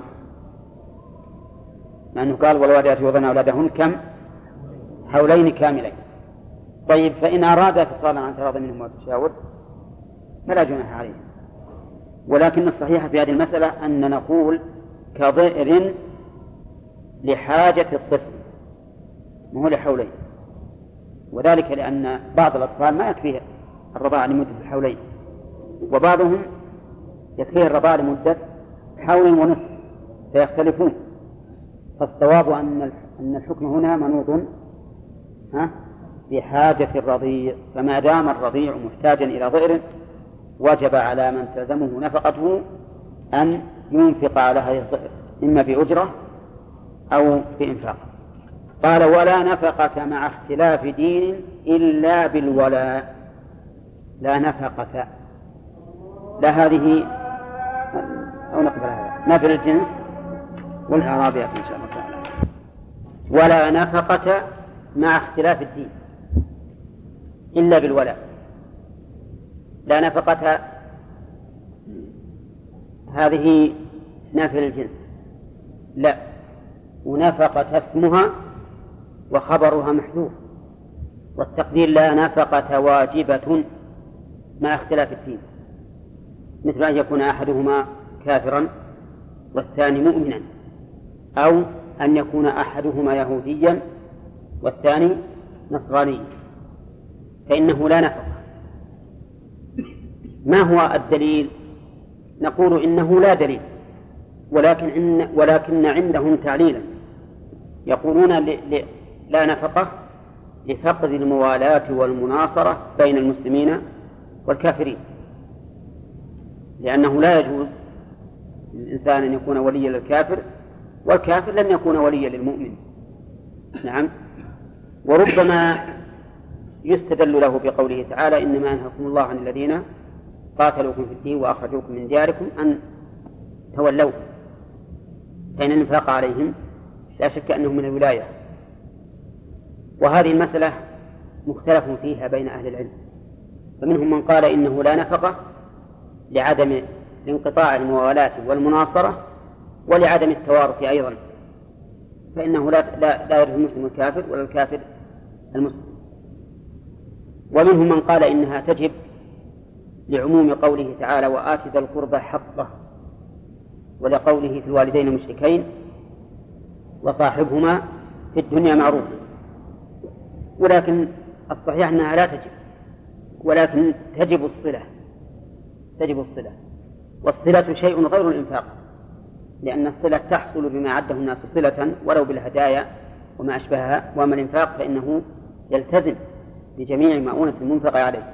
لأنه قال والوالدات يرضعن أولادهن كم؟ حولين كاملين. طيب فإن أراد فصالا عن تراض منهم وتشاور فلا جناح عليه، ولكن الصحيح في هذه المسألة أن نقول كضئر لحاجة الطفل وهو لحولين، وذلك لأن بعض الأطفال ما يكفيه الرضاعة لمدة الحولين، وبعضهم يكفيه الرضاعة لمدة حول ونصف، فيختلفون. فالصواب أن الحكم هنا منوط بحاجة الرضيع، فما دام الرضيع محتاجا إلى ضئر وجب على من تلزمه نفقته أن ينفق على هذه الضئر إما بأجرة أو بإنفاق. قال ولا نفقة مع اختلاف دين إلا بالولاء. لا نفقة، لا هذه أو نقبل هذا نفي الجنس والإعراب إن شاء الله تعالى. ولا نفقة مع اختلاف الدين إلا بالولاء. لا نفقة هذه نفي الجنس، لا، ونفقة اسمها وخبرها محذوف، والتقدير لا نفقة واجبة مع اختلاف الدين، مثل أن يكون أحدهما كافرا والثاني مؤمنا، أو أن يكون أحدهما يهوديا والثاني نصراني، فإنه لا نفقة. ما هو الدليل؟ نقول إنه لا دليل، ولكن عندهم تعليلا، يقولون لا نفقة لفقد الموالاة والمناصرة بين المسلمين والكافرين، لأنه لا يجوز للإنسان أن يكون وليا للكافر والكافر لن يكون وليا للمؤمن. نعم. وربما يستدل له بقوله تعالى إنما أنهاكم الله عن الذين قاتلوكم في الدين وأخرجوكم من دياركم أن تولوا، فإن الإنفاق عليهم لا شك أنه من الولاية. وهذه المسألة مختلف فيها بين أهل العلم، فمنهم من قال إنه لا نفقة لعدم انقطاع الموالاة والمناصرة ولعدم التوارث أيضا، فإنه لا يرث المسلم الكافر ولا الكافر المسلم. ومنهم من قال إنها تجب لعموم قوله تعالى وآت ذا القربى حقه، ولقوله في الوالدين المشركين وصاحبهما في الدنيا معروفا. ولكن الصحيح أنها لا تجب، ولكن تجب الصلة، والصلة شيء غير الإنفاق، لأن الصلة تحصل بما عده الناس صلة ولو بالهدايا وما أشبهها، وأما الإنفاق فإنه يلتزم بجميع مؤونة المنفق عليه.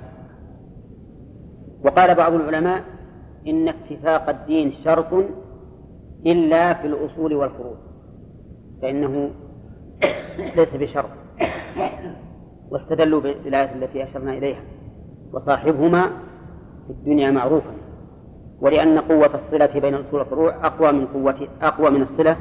وقال بعض العلماء إن اتفاق الدين شرط إلا في الأصول والفروع، فإنه ليس بشرط، واستدلوا بالآية التي أشرنا إليها وصاحبهما في الدنيا معروفا، ولأن قوة الصلة بين الأصول والفروع أقوى من الصلة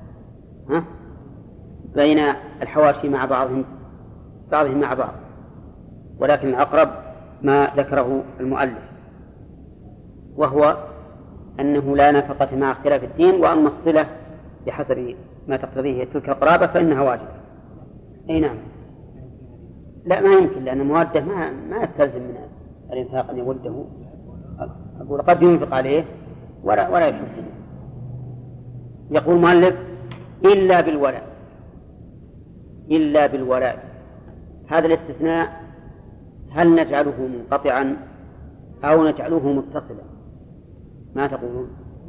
بين الحواشي مع بعضهم مع بعض، ولكن الأقرب ما ذكره المؤلف، وهو أنه لا نفقة مع اختلاف الدين، وأما الصلة بحسب ما تقتضيه تلك القرابة فإنها واجبة. أي نعم. لا ما يمكن، لأن المودة ما يستلزم من الإنفاق أن يوده، أقول قد ينفق عليه ولا يحسن. يقول المؤلف إلا بالولاء. هذا الاستثناء هل نجعله منقطعا أو نجعله متصلا؟ ما تقولون؟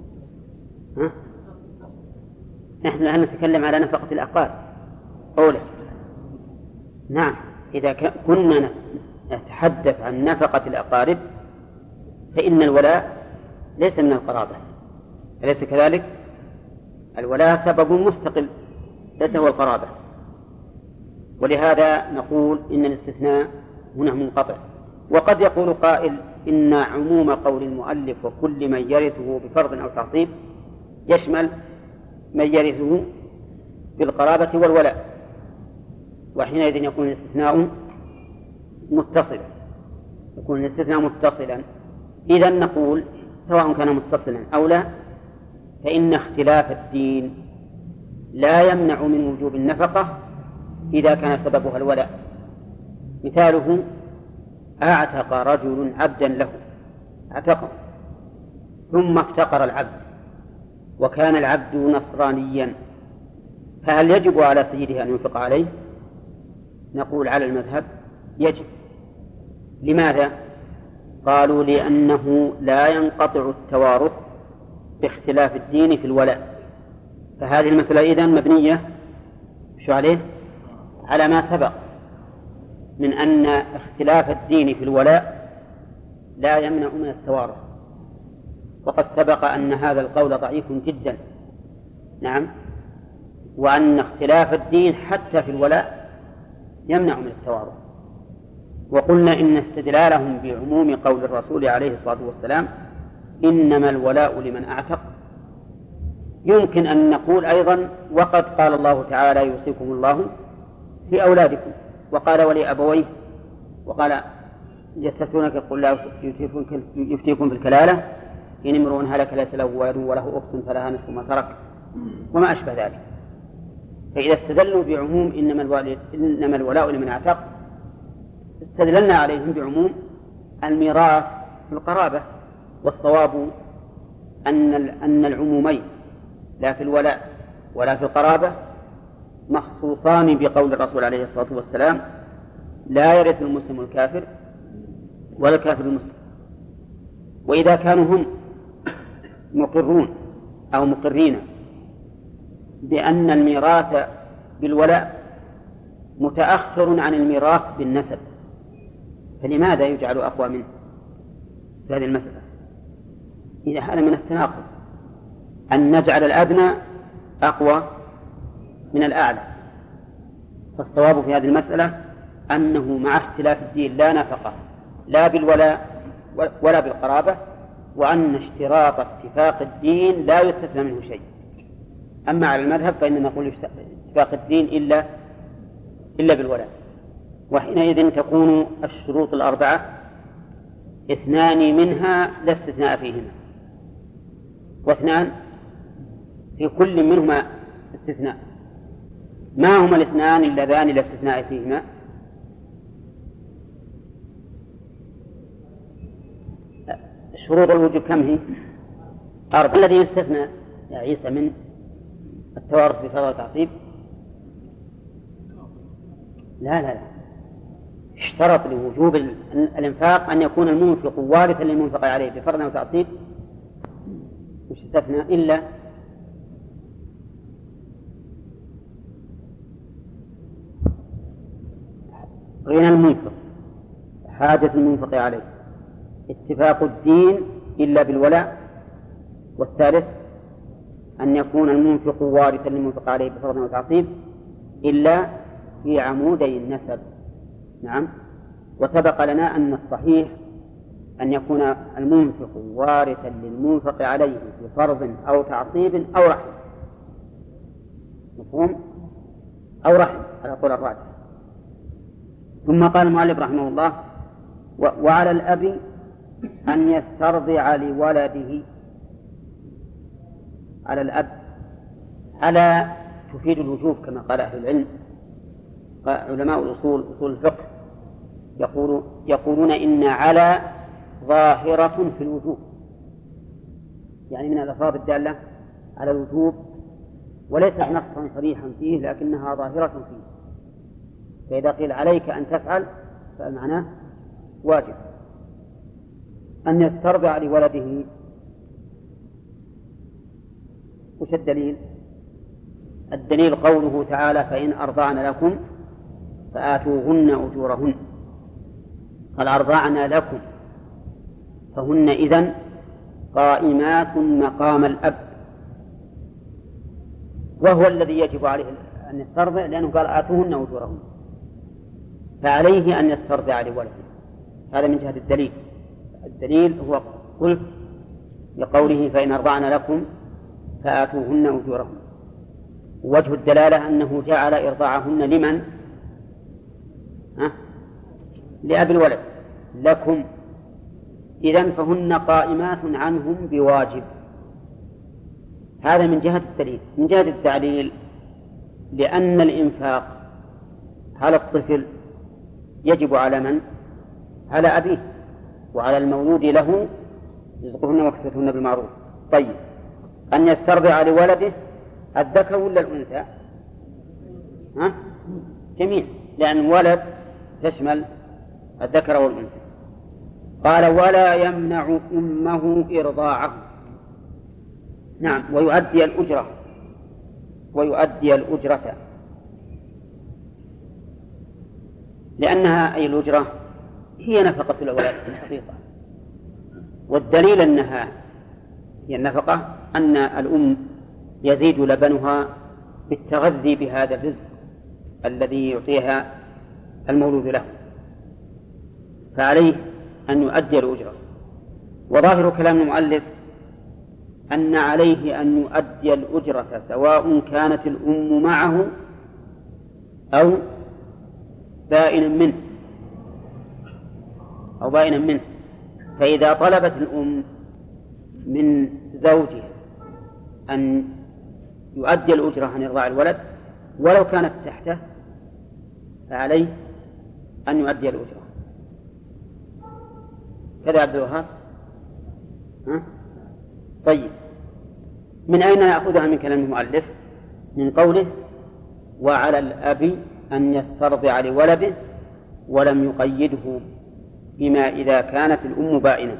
نحن الآن نتكلم على نفقة الأقارب أولا. نعم، إذا كنا نتحدث عن نفقة الأقارب فإن الولاء ليس من القرابة، أليس كذلك؟ الولاء سبب مستقل ليس هو القرابة، ولهذا نقول إن الاستثناء هنا منقطع. وقد يقول قائل إن عموم قول المؤلف وكل من يرثه بفرض أو تعصيب يشمل من يرثه بالقرابة والولاء، وحينئذ يكون الاستثناء متصلا. إذن نقول سواء كان متصلا أو لا، فإن اختلاف الدين لا يمنع من وجوب النفقة إذا كان سببها الولاء. مثاله: أعتق رجل عبدا له، اعتقه ثم افتقر العبد وكان العبد نصرانيا، فهل يجب على سيده أن ينفق عليه؟ نقول على المذهب يجب. لماذا؟ قالوا: لأنه لا ينقطع التوارث باختلاف الدين في الولاء. فهذه المسألة إذن مبنية شو عليه؟ على ما سبق من أن اختلاف الدين في الولاء لا يمنع من التوارث، وقد سبق أن هذا القول ضعيف جدا. نعم، وأن اختلاف الدين حتى في الولاء يمنع من التوارث. وقلنا إن استدلالهم بعموم قول الرسول عليه الصلاة والسلام إنما الولاء لمن أعتق، يمكن أن نقول أيضا: وقد قال الله تعالى: يوصيكم الله في أولادكم، وقال: ولأبويه، وقال: يستفتونك قل لا يفتيكم في الكلالة إن امرؤ هلك ليس له ولد وله أخت فلها نصف ما ترك، وما أشبه ذلك. فإذا استدلوا بعموم إنما الولاء لمن أعتق، استدللنا عليهم بعموم الميراث في القرابة. والصواب أن العمومين لا في الولاء ولا في القرابة مخصوصان بقول الرسول عليه الصلاة والسلام: لا يرث المسلم الكافر ولا الكافر المسلم. وإذا كانوا هم مقرون أو مقرين بأن الميراث بالولاء متأخر عن الميراث بالنسب، فلماذا يجعل أقوى منه في هذه المسألة؟ إذا هذا من التناقض أن نجعل الأدنى أقوى من الأعلى. فالصواب في هذه المسألة أنه مع اختلاف الدين لا نفقة لا بالولاء ولا بالقرابة، وأن اشتراط اتفاق الدين لا يستثنى منه شيء. أما على المذهب فإننا نقول اتفاق الدين إلا بالولاء، وحينئذ تكون الشروط الأربعة 2 منها لا استثناء فيهما، و2 في كل منهما استثناء. ما هما 2 اللذان لا استثناء فيهما؟ شروط الوجوب كم هي؟ 4. الذي يستثنى يا عيسى من التوارث بفرض التعصيب؟ لا، اشترط لوجوب الإنفاق أن يكون المنفق وارثا للمنفق عليه بفرض أو تعصيب، مش استثنى إلا غنى المنفق، حاجة المنفق عليه، اتفاق الدين إلا بالولاء، والثالث أن يكون المنفق وارثا للمنفق عليه بفرض أو تعصيب إلا في عمودي النسب. نعم، وسبق لنا أن الصحيح أن يكون المنفق وارثا للمنفق عليه بفرض أو تعصيب أو رحم. مفهوم؟ أو رحم على قول الراجح. ثم قال المؤلف رحمه الله: وعلى الأب أن يسترضع لولده. على الأب على تفيد الوجوب كما قال أهل العلم. علماء الأصول أصول الفقه يقولون إن على ظاهرة في الوجوب، يعني من الألفاظ الدالة على الوجوب، وليست نصا صريحا فيه لكنها ظاهرة فيه. فإذا قيل عليك أن تفعل فالمعنى واجب. أن يسترضع لولده، وش الدليل؟ الدليل قوله تعالى: فإن أرضعن لكم فآتوهن أجورهن. قال: أرضعن لكم، فهن إذن قائمات مقام الأب، وهو الذي يجب عليه أن يسترضع، لأنه قال: آتوهن أجورهن، فعليه أن يسترضع لولده. هذا من جهة الدليل. الدليل هو قلت لقوله: فإن أرضعن لكم فآتوهن أجورهن. وجه الدلالة أنه جعل إرضاعهن لمن؟ لأبي الولد. لكم إذن فهن قائمات عنهم بواجب. هذا من جهة الدليل. من جهة التعليل، لأن الإنفاق على الطفل يجب على من؟ على أبيه، وعلى المولود له رزقهن وكسوتهن بالمعروف. طيب، أن يسترضع لولده الذكر ولا الأنثى؟ جميع، لأن الولد تشمل الذكر والأنثى. قال ولا يمنع أمه إرضاعه. نعم، ويؤدي الأجرة لأنها أي الأجرة هي نفقة الأولاد في الحقيقة. والدليل أنها هي النفقة أن الأم يزيد لبنها بالتغذي بهذا الرزق الذي يعطيها المولود له، فعليه أن يؤدي الأجرة. وظاهر كلام المؤلف أن عليه أن يؤدي الأجرة سواء كانت الأم معه أو بائنا منه. فإذا طلبت الأم من زوجها أن يؤدي الأجرة عن إرضاع الولد ولو كانت تحته، فعليه أن يؤدي الأجرة. كذا عبد الوهاب. طيب، من أين نأخذها من كلام المؤلف؟ من قوله وعلى الأب أن يسترضع لولده، ولم يقيده بما إذا كانت الأم بائنة.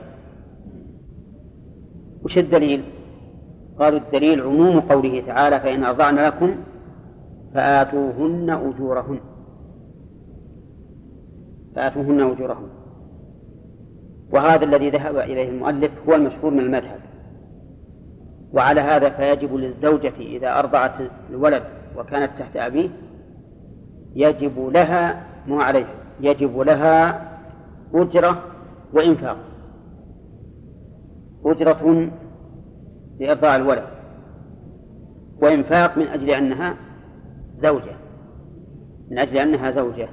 وش الدليل؟ قالوا الدليل عموم قوله تعالى فإن أرضعن لكم فآتوهن أجورهن. وهذا الذي ذهب إليه المؤلف هو المشهور من المذهب. وعلى هذا فيجب للزوجة إذا أرضعت الولد وكانت تحت أبيه يجب لها ما عليه، يجب لها أجرة وإنفاق. أجرة لإرضاع الولد، وإنفاق من أجل أنها زوجة،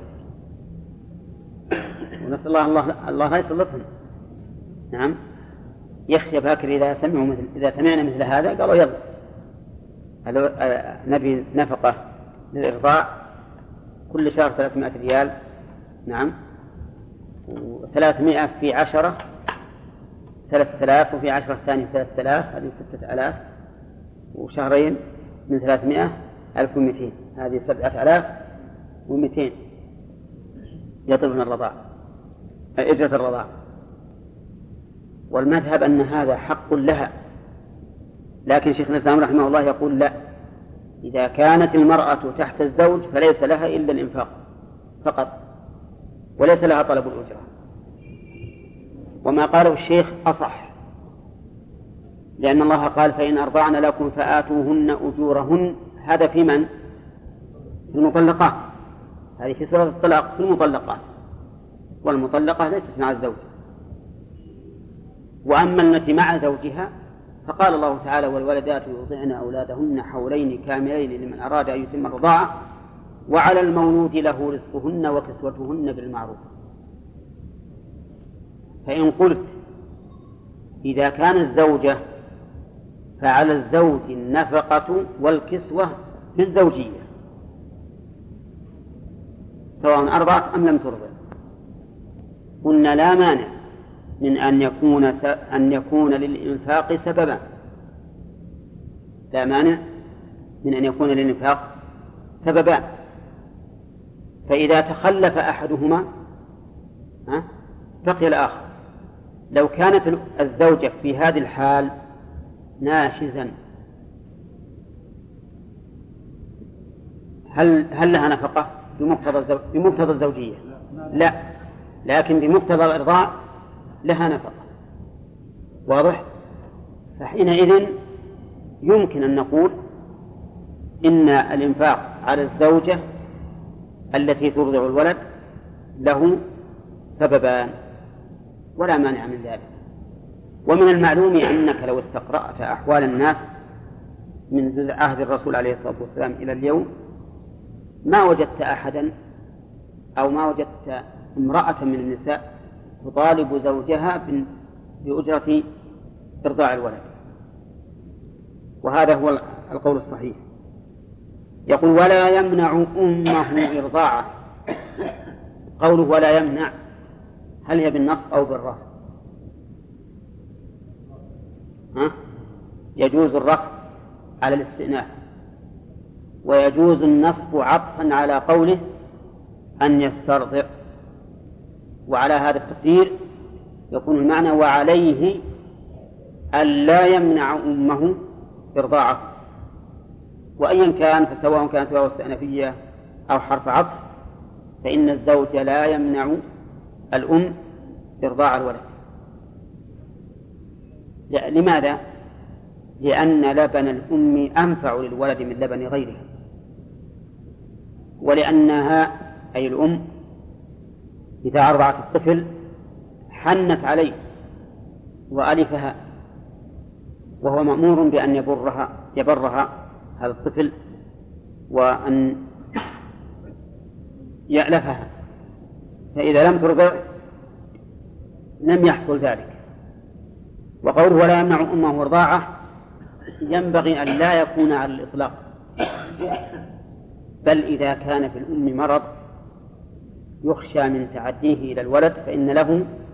ونسأل الله يسلطهم. نعم، يخشى فاكر إذا سمعنا مثل هذا قالوا يلا نبي نفقة للإرضاع كل شهر 300 ريال. نعم، و300 في 10 3000، وفي 10 ثاني 3000، هذه 6000، وشهرين من 300 1200، هذه 7200 يطلب من الرضاع أجرة الرضاع. والمذهب أن هذا حق لها، لكن شيخ الإسلام رحمه الله يقول لا، إذا كانت المرأة تحت الزوج فليس لها إلا الإنفاق فقط، وليس لها طلب الأجرة. وما قاله الشيخ أصح، لأن الله قال فإن أرضعن لكم فآتوهن أجورهن. هذا في من؟ في المطلقات. هذه في سورة الطلاق في المطلقات، والمطلقة ليست مع الزوج. وأما التي مع زوجها فقال الله تعالى والوالدات يرضعن أولادهن حولين كاملين لمن أراد أن يتم الرضاعة، وعلى المولود له رزقهن وكسوتهن بالمعروف. فإن قلت إذا كان الزوجة فعلى الزوج النفقة والكسوة في الزوجية سواء أرضعت أم لم ترضع، قلنا لا مانع من أن يكون للإنفاق سببا، لا مانع من أن يكون للإنفاق سببان. فإذا تخلف أحدهما بقي الآخر. لو كانت الزوجة في هذه الحال ناشزا هل لها نفقة بمقتضى الزوجية؟ لا، لكن بمقتضى الإرضاع لها نفقة. واضح؟ فحينئذ يمكن أن نقول إن الإنفاق على الزوجة التي ترضع الولد له سببان ولا مانع من ذلك. ومن المعلوم أنك لو استقرأت أحوال الناس من عهد الرسول عليه الصلاة والسلام إلى اليوم ما وجدت أحدا أو ما وجدت امرأة من النساء تطالب زوجها بأجرة إرضاع الولد، وهذا هو القول الصحيح. يقول ولا يمنع أمه إرضاعه. قوله ولا يمنع هل هي بالنصب أو بالرفع؟ يجوز الرفع على الاستئناف، ويجوز النصب عطفا على قوله أن يسترضع، وعلى هذا التقدير يكون المعنى وعليه ألا يمنع أمه إرضاعه. وأيا كان فسواء كانت واو استئنافية أو حرف عطف فإن الزوج لا يمنع الأم إرضاع الولد. لماذا؟ لأن لبن الأم أنفع للولد من لبن غيرها، ولأنها أي الأم إذا أرضعت الطفل حنت عليه وألفها، وهو مأمور بأن يبرها هذا الطفل وأن يألفها، فإذا لم ترضع لم يحصل ذلك. وقوله ولا يمنع أمه إرضاعه ينبغي أن لا يكون على الإطلاق، بل إذا كان في الأم مرض يخشى من تعديه إلى الولد فإن له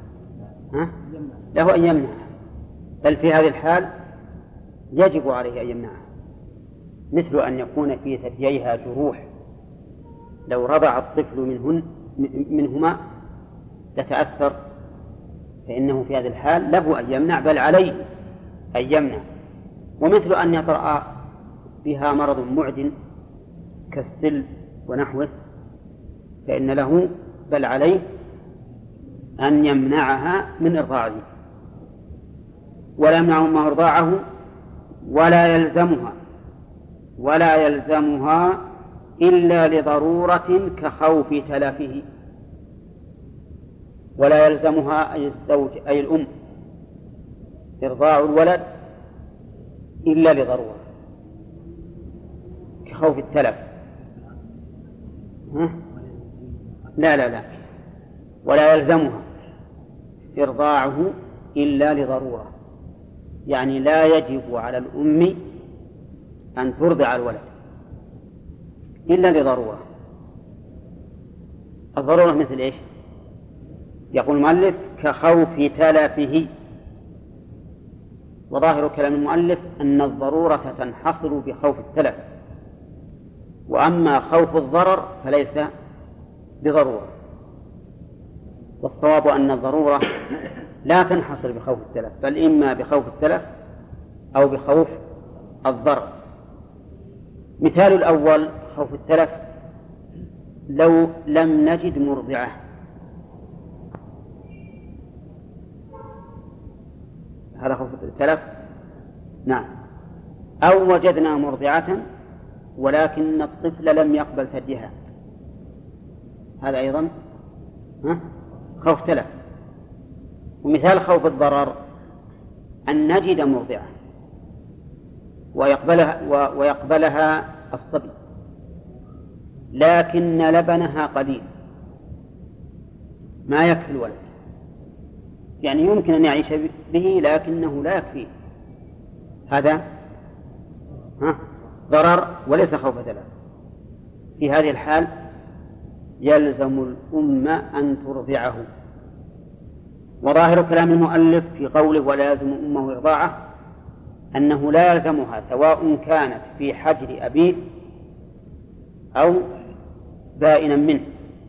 أن يمنع، بل في هذه الحال يجب عليه أن يمنعها، مثل أن يكون في ثدييها جروح لو رضع الطفل منهما تتأثر، فإنه في هذه الحال له أن يمنع، بل عليه أن يمنع. ومثل أن يطرأ بها مرض معد كالسل ونحوه فإن له بل عليه أن يمنعها من إرضاعه. ولا يمنع أمه إرضاعه ولا يلزمها إلا لضرورة كخوف تلفه. ولا يلزمها أي الزوج أي الأم إرضاع الولد إلا لضرورة كخوف التلف. لا ولا يلزمها إرضاعه إلا لضرورة، يعني لا يجب على الأم أن ترضع الولد إلا لضرورة. الضرورة مثل إيش؟ يقول المؤلف كخوف تلفه، وظاهر كلام المؤلف أن الضرورة تنحصر بخوف التلف، وأما خوف الضرر فليس بضرورة. والصواب أن الضرورة لا تنحصر بخوف التلف، بل إما بخوف التلف أو بخوف الضرر. مثال الأول خوف التلف: لو لم نجد مرضعة، هذا خوف التلف. نعم. أو وجدنا مرضعة ولكن الطفل لم يقبل ثديها، هذا أيضا خوف تلف. ومثال خوف الضرر أن نجد مرضعة ويقبلها الصبي لكن لبنها قليل ما يكفي الولد، يعني يمكن أن يعيش به لكنه لا يكفيه، هذا ضرر وليس خوف تلف. في هذه الحال يلزم الأم أن ترضعه. وظاهر كلام المؤلف في قوله ولا يلزم أمه إرضاعه أنه لا يلزمها سواء كانت في حجر أبيه أو بائنا منه.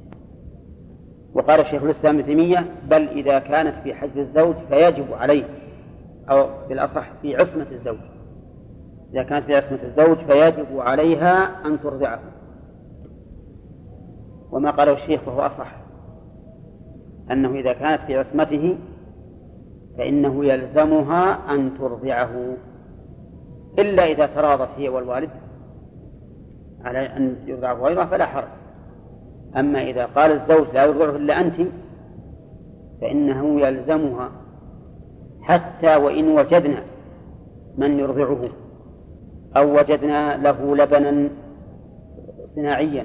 وقال الشيخ الإسلام ابن تيمية بل إذا كانت في حجر الزوج فيجب عليه، أو بالأصح في عصمة الزوج، إذا كانت في عصمة الزوج فيجب عليها أن ترضعه. وما قاله الشيخ وهو أصح أنه إذا كانت في عصمته فإنه يلزمها أن ترضعه، إلا إذا تراضت هي والوالد على أن يرضعه غيره فلا حرج. أما إذا قال الزوج لا يرضعه إلا أنت فإنه يلزمها حتى وإن وجدنا من يرضعه أو وجدنا له لبنا صناعيا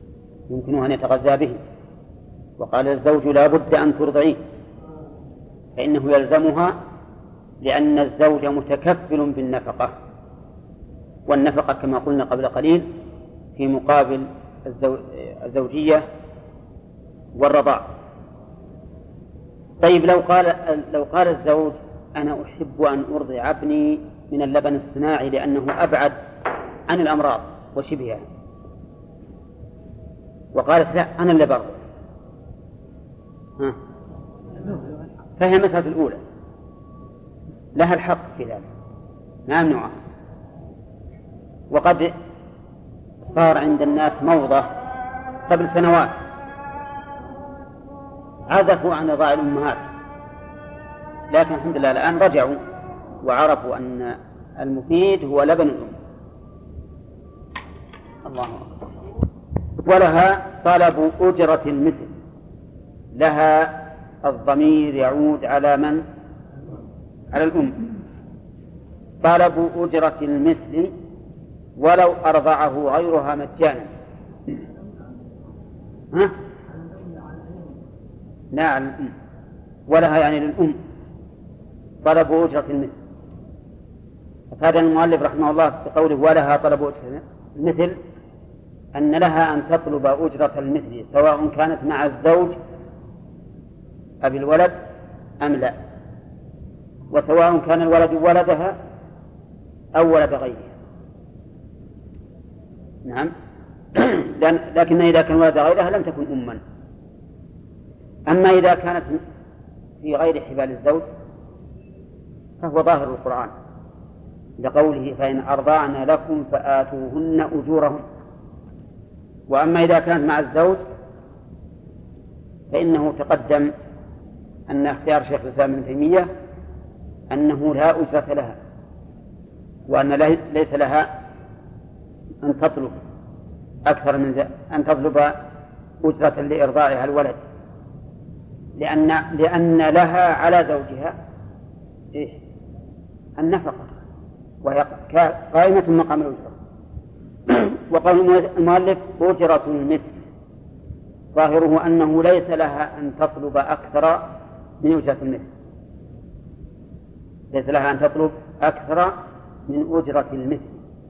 يمكنه أن يتغذى به، وقال الزوج لا بد أن ترضعيه، فإنه يلزمها، لأن الزوج متكفل بالنفقة، والنفقة كما قلنا قبل قليل في مقابل الزوجية والرضاع. طيب لو قال الزوج أنا أحب أن أرضع ابني من اللبن الصناعي لأنه أبعد عن الأمراض وشبهها، وقالت لا أنا اللي برضع، فهي المسألة الأولى لها الحق في ذلك، ما يمنعها. وقد صار عند الناس موضة قبل سنوات عزفوا عن رضاع الأمهات، لكن الحمد لله الآن رجعوا وعرفوا أن المفيد هو لبن الأم. الله أكبر. ولها طلب أجرة المثل، لها الضمير يعود على من؟ على الأم. طلب أجرة المثل ولو أرضعه غيرها مجانا. لا الأم، ولها يعني للأم طلب أجرة المثل. فهذا المؤلف رحمه الله بقوله ولها طلب أجرة المثل أن لها أن تطلب أجرة المثل سواء كانت مع الزوج أبي الولد أم لا، وسواء كان الولد ولدها أو ولد غيرها. نعم. لكن إذا كان ولد غيرها لم تكن أما. أما إذا كانت في غير حبال الزوج فهو ظاهر القرآن لقوله فإن أرضعن لكم فآتوهن أجورهم. وأما إذا كانت مع الزوج فإنه تقدم أن اختيار شيخ الإسلام ابن تيمية أنه لا أجرة لها، وأن ليس لها أن تطلب أكثر من أن تطلب أجرة لإرضاعها الولد، لأن لها على زوجها النفقة وهي قائمة مقام الأجرة. وقال المؤلف أجرة المثل ظاهره أنه ليس لها أن تطلب أكثر من أجرة المثل، ليس لها أن تطلب أكثر من أجرة المثل.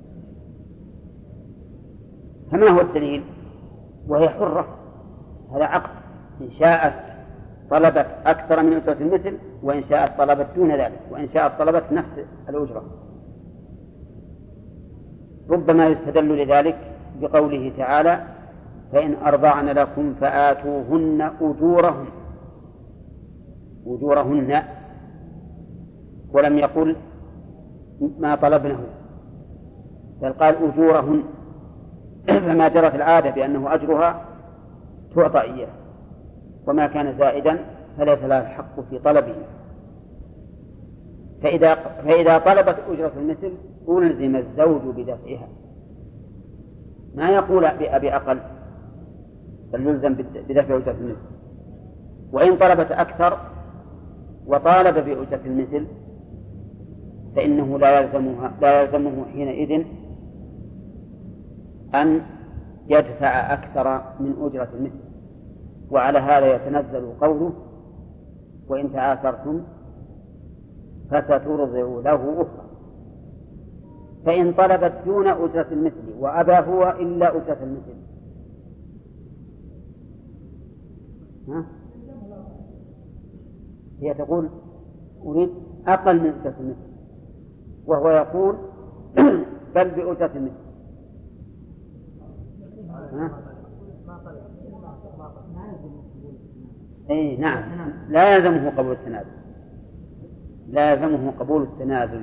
فما هو الدليل؟ وهي حرة، هذا عقد، إن شاءت طلبت أكثر من أجرة المثل، وإن شاءت طلبت دون ذلك، وإن شاءت طلبت نفس الأجرة. ربما يستدل لذلك بقوله تعالى فإن أرضعن لكم فآتوهن أجورهن، ولم يقل ما طلبنه بل قال أجورهن، فما جرت العادة بأنه أجرها تعطى إياه، وما كان زائدا فليس لها الحق في طلبه. فإذا طلبت أجرة المثل ألزم الزوج بدفعها، ما يقول بأبي أقل، بل يلزم بدفع أجرة المثل. وإن طلبت أكثر وطالب بأجرة المثل فإنه لا يلزمه حينئذ أن يدفع أكثر من أجرة المثل. وعلى هذا يتنزل قوله وإن تعاثرتم فسترضع له أخرى. فإن طلبت دون أجرة المثل وأبى هو إلا أجرة المثل هي تقول أريد أقل من أجرة المثل، وهو يقول بل بأجرة المثل. أي نعم، لا يلزمه قبول التنازل، لا يلزمه قبول التنازل،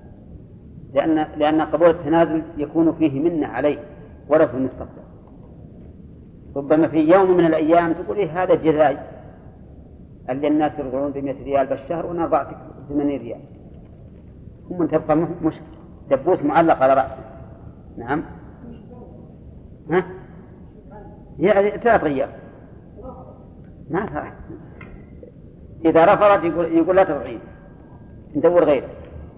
لأن قبول التنازل يكون فيه منة عليه ولا في المستقبل. ربما في يوم من الأيام تقول هذا جزاي اللي الناس يرضعون ب100 ريال بالشهر وأنا ضعتك 80 ريال، ثم تبقى مش دبوس معلق على رأسه. نعم، يعني تغير ما صح. إذا رفضت يقول لا تضعين، ندور غيره.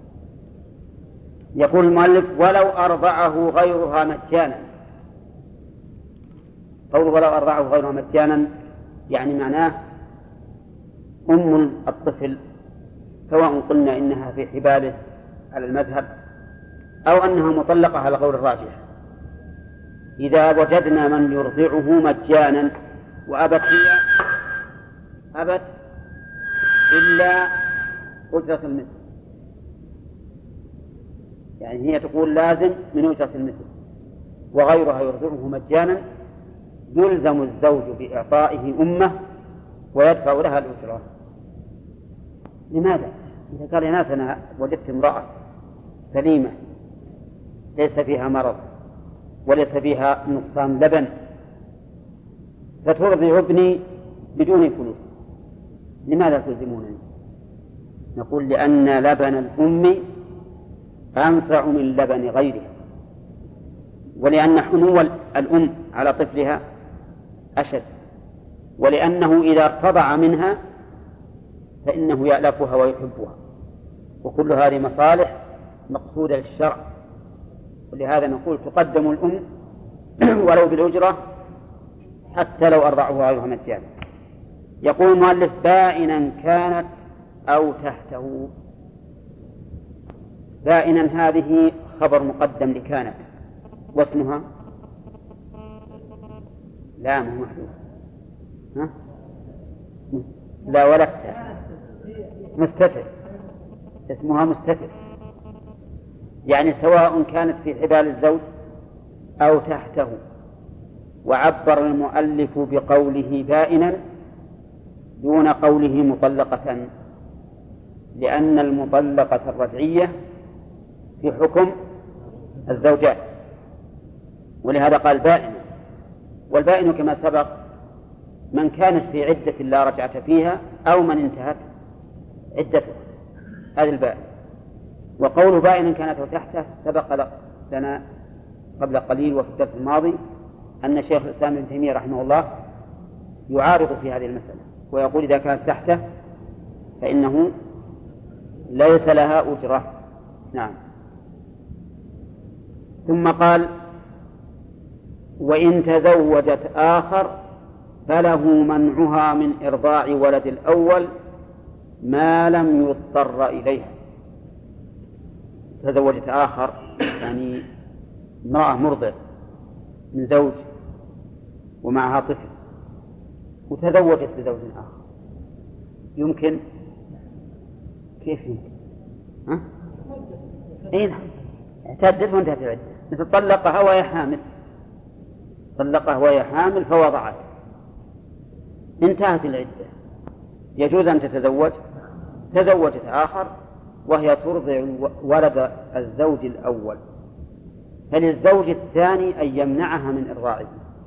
يقول المؤلف ولو أرضعه غيرها مجانا. قوله ولو أرضعه غيرها مجانا يعني معناه أم الطفل سواء قلنا إنها في حباله على المذهب أو أنها مطلقة على قول الراجح. إذا وجدنا من يرضعه مجانا وأبت هي أبت إلا أجرة المثل، يعني هي تقول لازم من أجرة المثل وغيرها يرضعه مجانا، يلزم الزوج بإعطائه أمه ويدفع لها الأجرة. لماذا؟ إذا قال يا ناس أنا وجدت امرأة سليمة ليس فيها مرض وليس فيها نقصان لبن فترضع ابني بدون فلوس، لماذا تلزمونني؟ نقول لأن لبن الأم أنفع من لبن غيرها، ولأن حنو الأم على طفلها أشد، ولأنه إذا ارتضع منها فإنه يألفها ويحبها، وكل هذه مصالح مقصودة للشرع. ولهذا نقول تقدم الأم ولو بالأجرة حتى لو أرضعه غيرها مجانا. يقول المؤلف بائنا كانت أو تحته. بائنا هذه خبر مقدم لكانت، واسمها لا مو محدود، ها؟ لا ولدت مستتر، اسمها مستتر، يعني سواء كانت في حبال الزوج أو تحته. وعبر المؤلف بقوله بائنا دون قوله مطلقة، لأن المطلقة الرجعية في حكم الزوجات، ولهذا قال بائنا. والبائن كما سبق من كانت في عدة لا رجعة فيها أو من انتهت عدته، هذا البائن. وقول بائن كانت وتحته سبق لنا قبل قليل وفي الدرس الماضي أن شيخ الإسلام ابن تيمية رحمه الله يعارض في هذه المسألة ويقول إذا كانت تحته فإنه ليس لها أجرة. نعم. ثم قال وإن تزوجت آخر فله منعها من إرضاع ولد الأول ما لم يضطر إليها. تزوجت آخر يعني امرأة مرضع من زوج ومعها طفل وتزوجت بزوج آخر، يمكن؟ كيف يمكن؟ ها؟ إيه، اعتدت وانتهت العدة، مثل طلقها وهي حامل، طلقها وهي حامل فوضعت، انتهت العدة، يجوز أن تتزوج. تزوجت آخر وهي ترضع ولد الزوج الأول، فللزوج الثاني أن يمنعها من إرضاعه.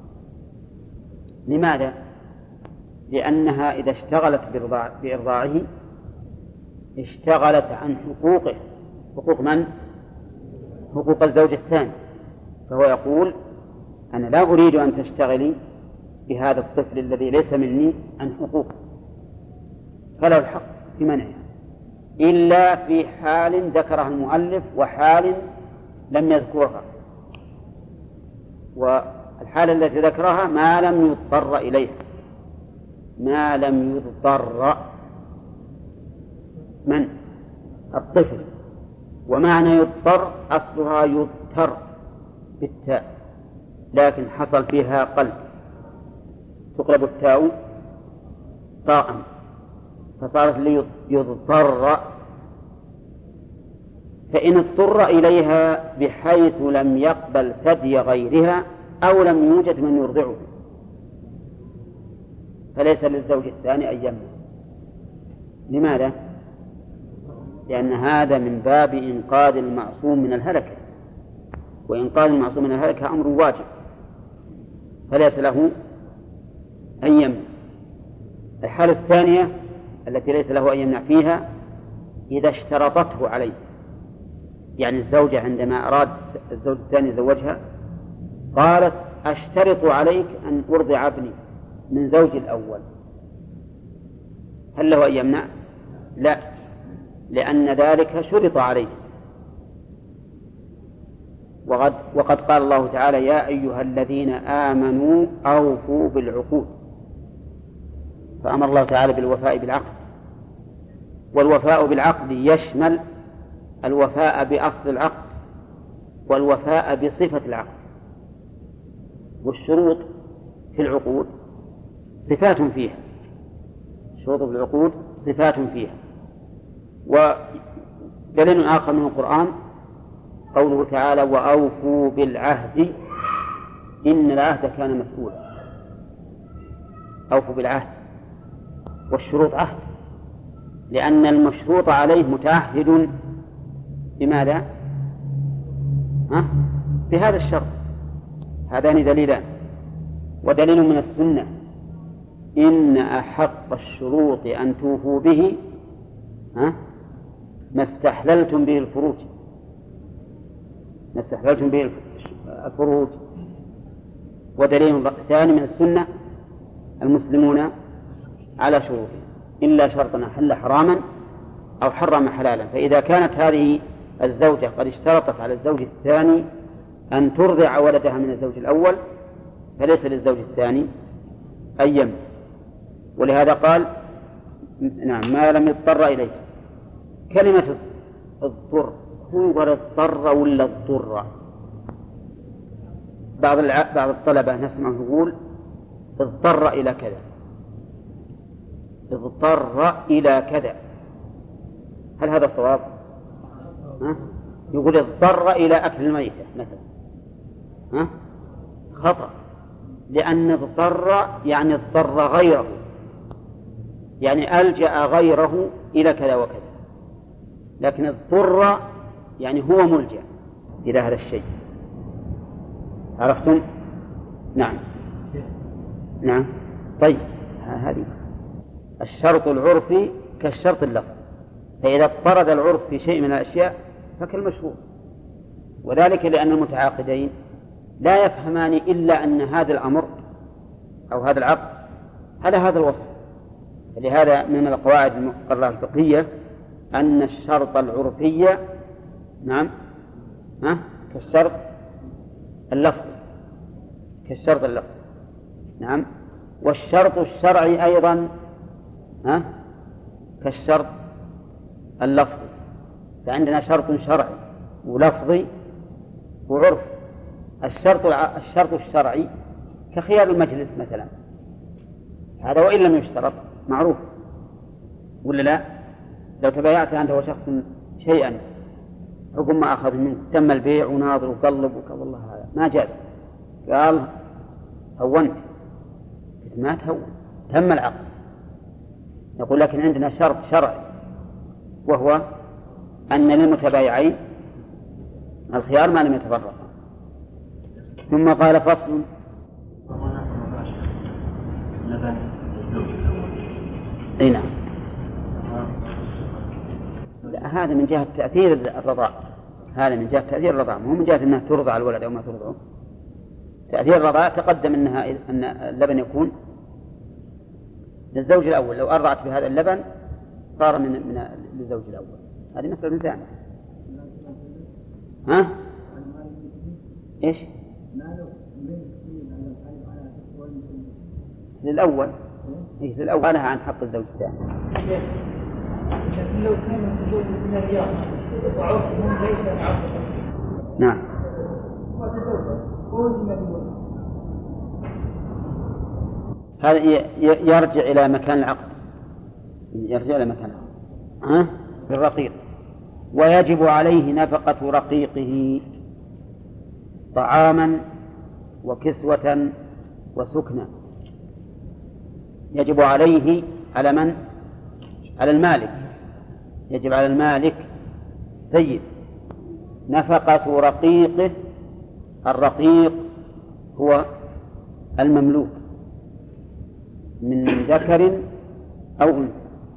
لماذا؟ لأنها إذا اشتغلت بإرضاعه اشتغلت عن حقوقه. حقوق من؟ حقوق الزوج الثاني. فهو يقول أنا لا أريد أن تشتغلي بهذا الطفل الذي ليس مني عن حقوقه، فله الحق في منعها إلا في حال ذكرها المؤلف وحال لم يذكرها. والحالة التي ذكرها ما لم يضطر إليها، ما لم يضطر من؟ الطفل. ومعنى يضطر أصلها يضطر بالتاء، لكن حصل فيها قلب تقلب التاء طاء فصارت ليضطر. فإن اضطر إليها بحيث لم يقبل ثدي غيرها أو لم يوجد من يرضعه فليس للزوج الثاني أن يمنع. لماذا؟ لأن هذا من باب إنقاذ المعصوم من الهلكة، وإنقاذ المعصوم من الهلكة أمر واجب، فليس له أن يمنع. الحالة الثانية التي ليس له أن يمنع فيها إذا اشترطته عليه، يعني الزوجة عندما أراد الزوج الثاني يزوجها قالت أشترط عليك أن أرضع ابني من زوج الأول، هل له أن يمنع؟ لا، لأن ذلك شرط عليه. وقد قال الله تعالى يا أيها الذين آمنوا أوفوا بالعقود، فأمر الله تعالى بالوفاء بالعقد. والوفاء بالعقد يشمل الوفاء بأصل العقد والوفاء بصفة العقد. والشروط في العقود صفات فيها، شروط في العقود صفات فيها. ودليل آخر من القرآن قوله تعالى: وأوفوا بالعهد إن العهد كان مسؤولا. أوفوا بالعهد، والشروط عهد، لأن المشروط عليه متعهد بماذا؟ بهذا الشرط. هذان دليلان. ودليل من السنة: إن أحق الشروط أن توفوا به ما استحللتم به الفروج، ما استحللتم به الفروج. ودليل ثاني من السنة: المسلمون على شروطهم إلا شرطا حل حراما أو حرم حلالا. فإذا كانت هذه الزوجة قد اشترطت على الزوج الثاني أن ترضع ولدها من الزوج الأول، فليس للزوج الثاني أن يمنع. ولهذا قال: نعم، ما لم يضطر إليه. كلمة اضطر، هو اضطر ولا اضطر؟ بعض الطلبة نسمعه يقول اضطر إلى كذا، اضطر إلى كذا. هل هذا صواب؟ يقول اضطر إلى أكل الميتة مثلا، خطأ، لأن اضطر يعني اضطر غيره، يعني ألجأ غيره إلى كذا وكذا. لكن اضطر يعني هو ملجأ إلى هذا الشيء. عرفتم؟ نعم نعم. طيب، هذه الشرط العرفي كالشرط اللفظي، فإذا اضطرد العرف في شيء من الأشياء فكالمشروط. وذلك لأن المتعاقدين لا يفهمان إلا أن هذا الأمر أو هذا العقد على هذا الوصف. فلهذا من القواعد المقررة الفقهية أن الشرط العرفي نعم كالشرط اللفظي، كالشرط اللفظي نعم. والشرط الشرعي أيضا كالشرط اللفظي. فعندنا شرط شرعي ولفظي وعرف. الشرط الشرعي كخيار المجلس مثلا، هذا وإن لم يشترط معروف ولا لا؟ لو تبايعت أنت وشخص شيئا حكم ما أخذ منك، تم البيع وناظر وقلب وكذا، الله هذا ما جاز. قال هونت، ما تهون، تم العقد. يقول لكن عندنا شرط شرعي، وهو أن للمتبايعين الخيار ما لم يتفرقا. ثم قال: فصل. اي نعم، هذا من جهة تأثير الرضاع، هذا من جهة تأثير الرضاع، مو من جهة أنها ترضع الولد أو ما ترضعه. تأثير الرضاع تقدم أن اللبن يكون للزوج الأول، لو أرضعت بهذا اللبن صار من للزوج الأول. هذه مسألة ثانية. إيش؟ للأول، إيه للأول أنا عن حق الزوج الثاني. لو كان الزوج من الرياض وعرفهم ليس عقد. نعم. هذا يرجع إلى مكان العقد، يرجع إلى مكان العقد بالرقيق. ويجب عليه نفقة رقيقه طعاما وكسوة وسكنى. يجب عليه على من؟ على المالك. يجب على المالك سيد نفقة رقيقه. الرقيق هو المملوك من ذكر أو أنثى.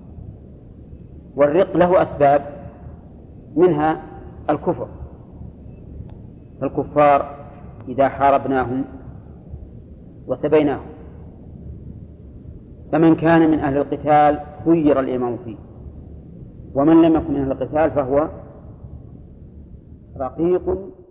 والرق له أسباب، منها الكفر، فالكفار إذا حاربناهم وسبيناهم، فمن كان من أهل القتال خير الإمام فيه، ومن لم يكن من أهل القتال فهو رقيق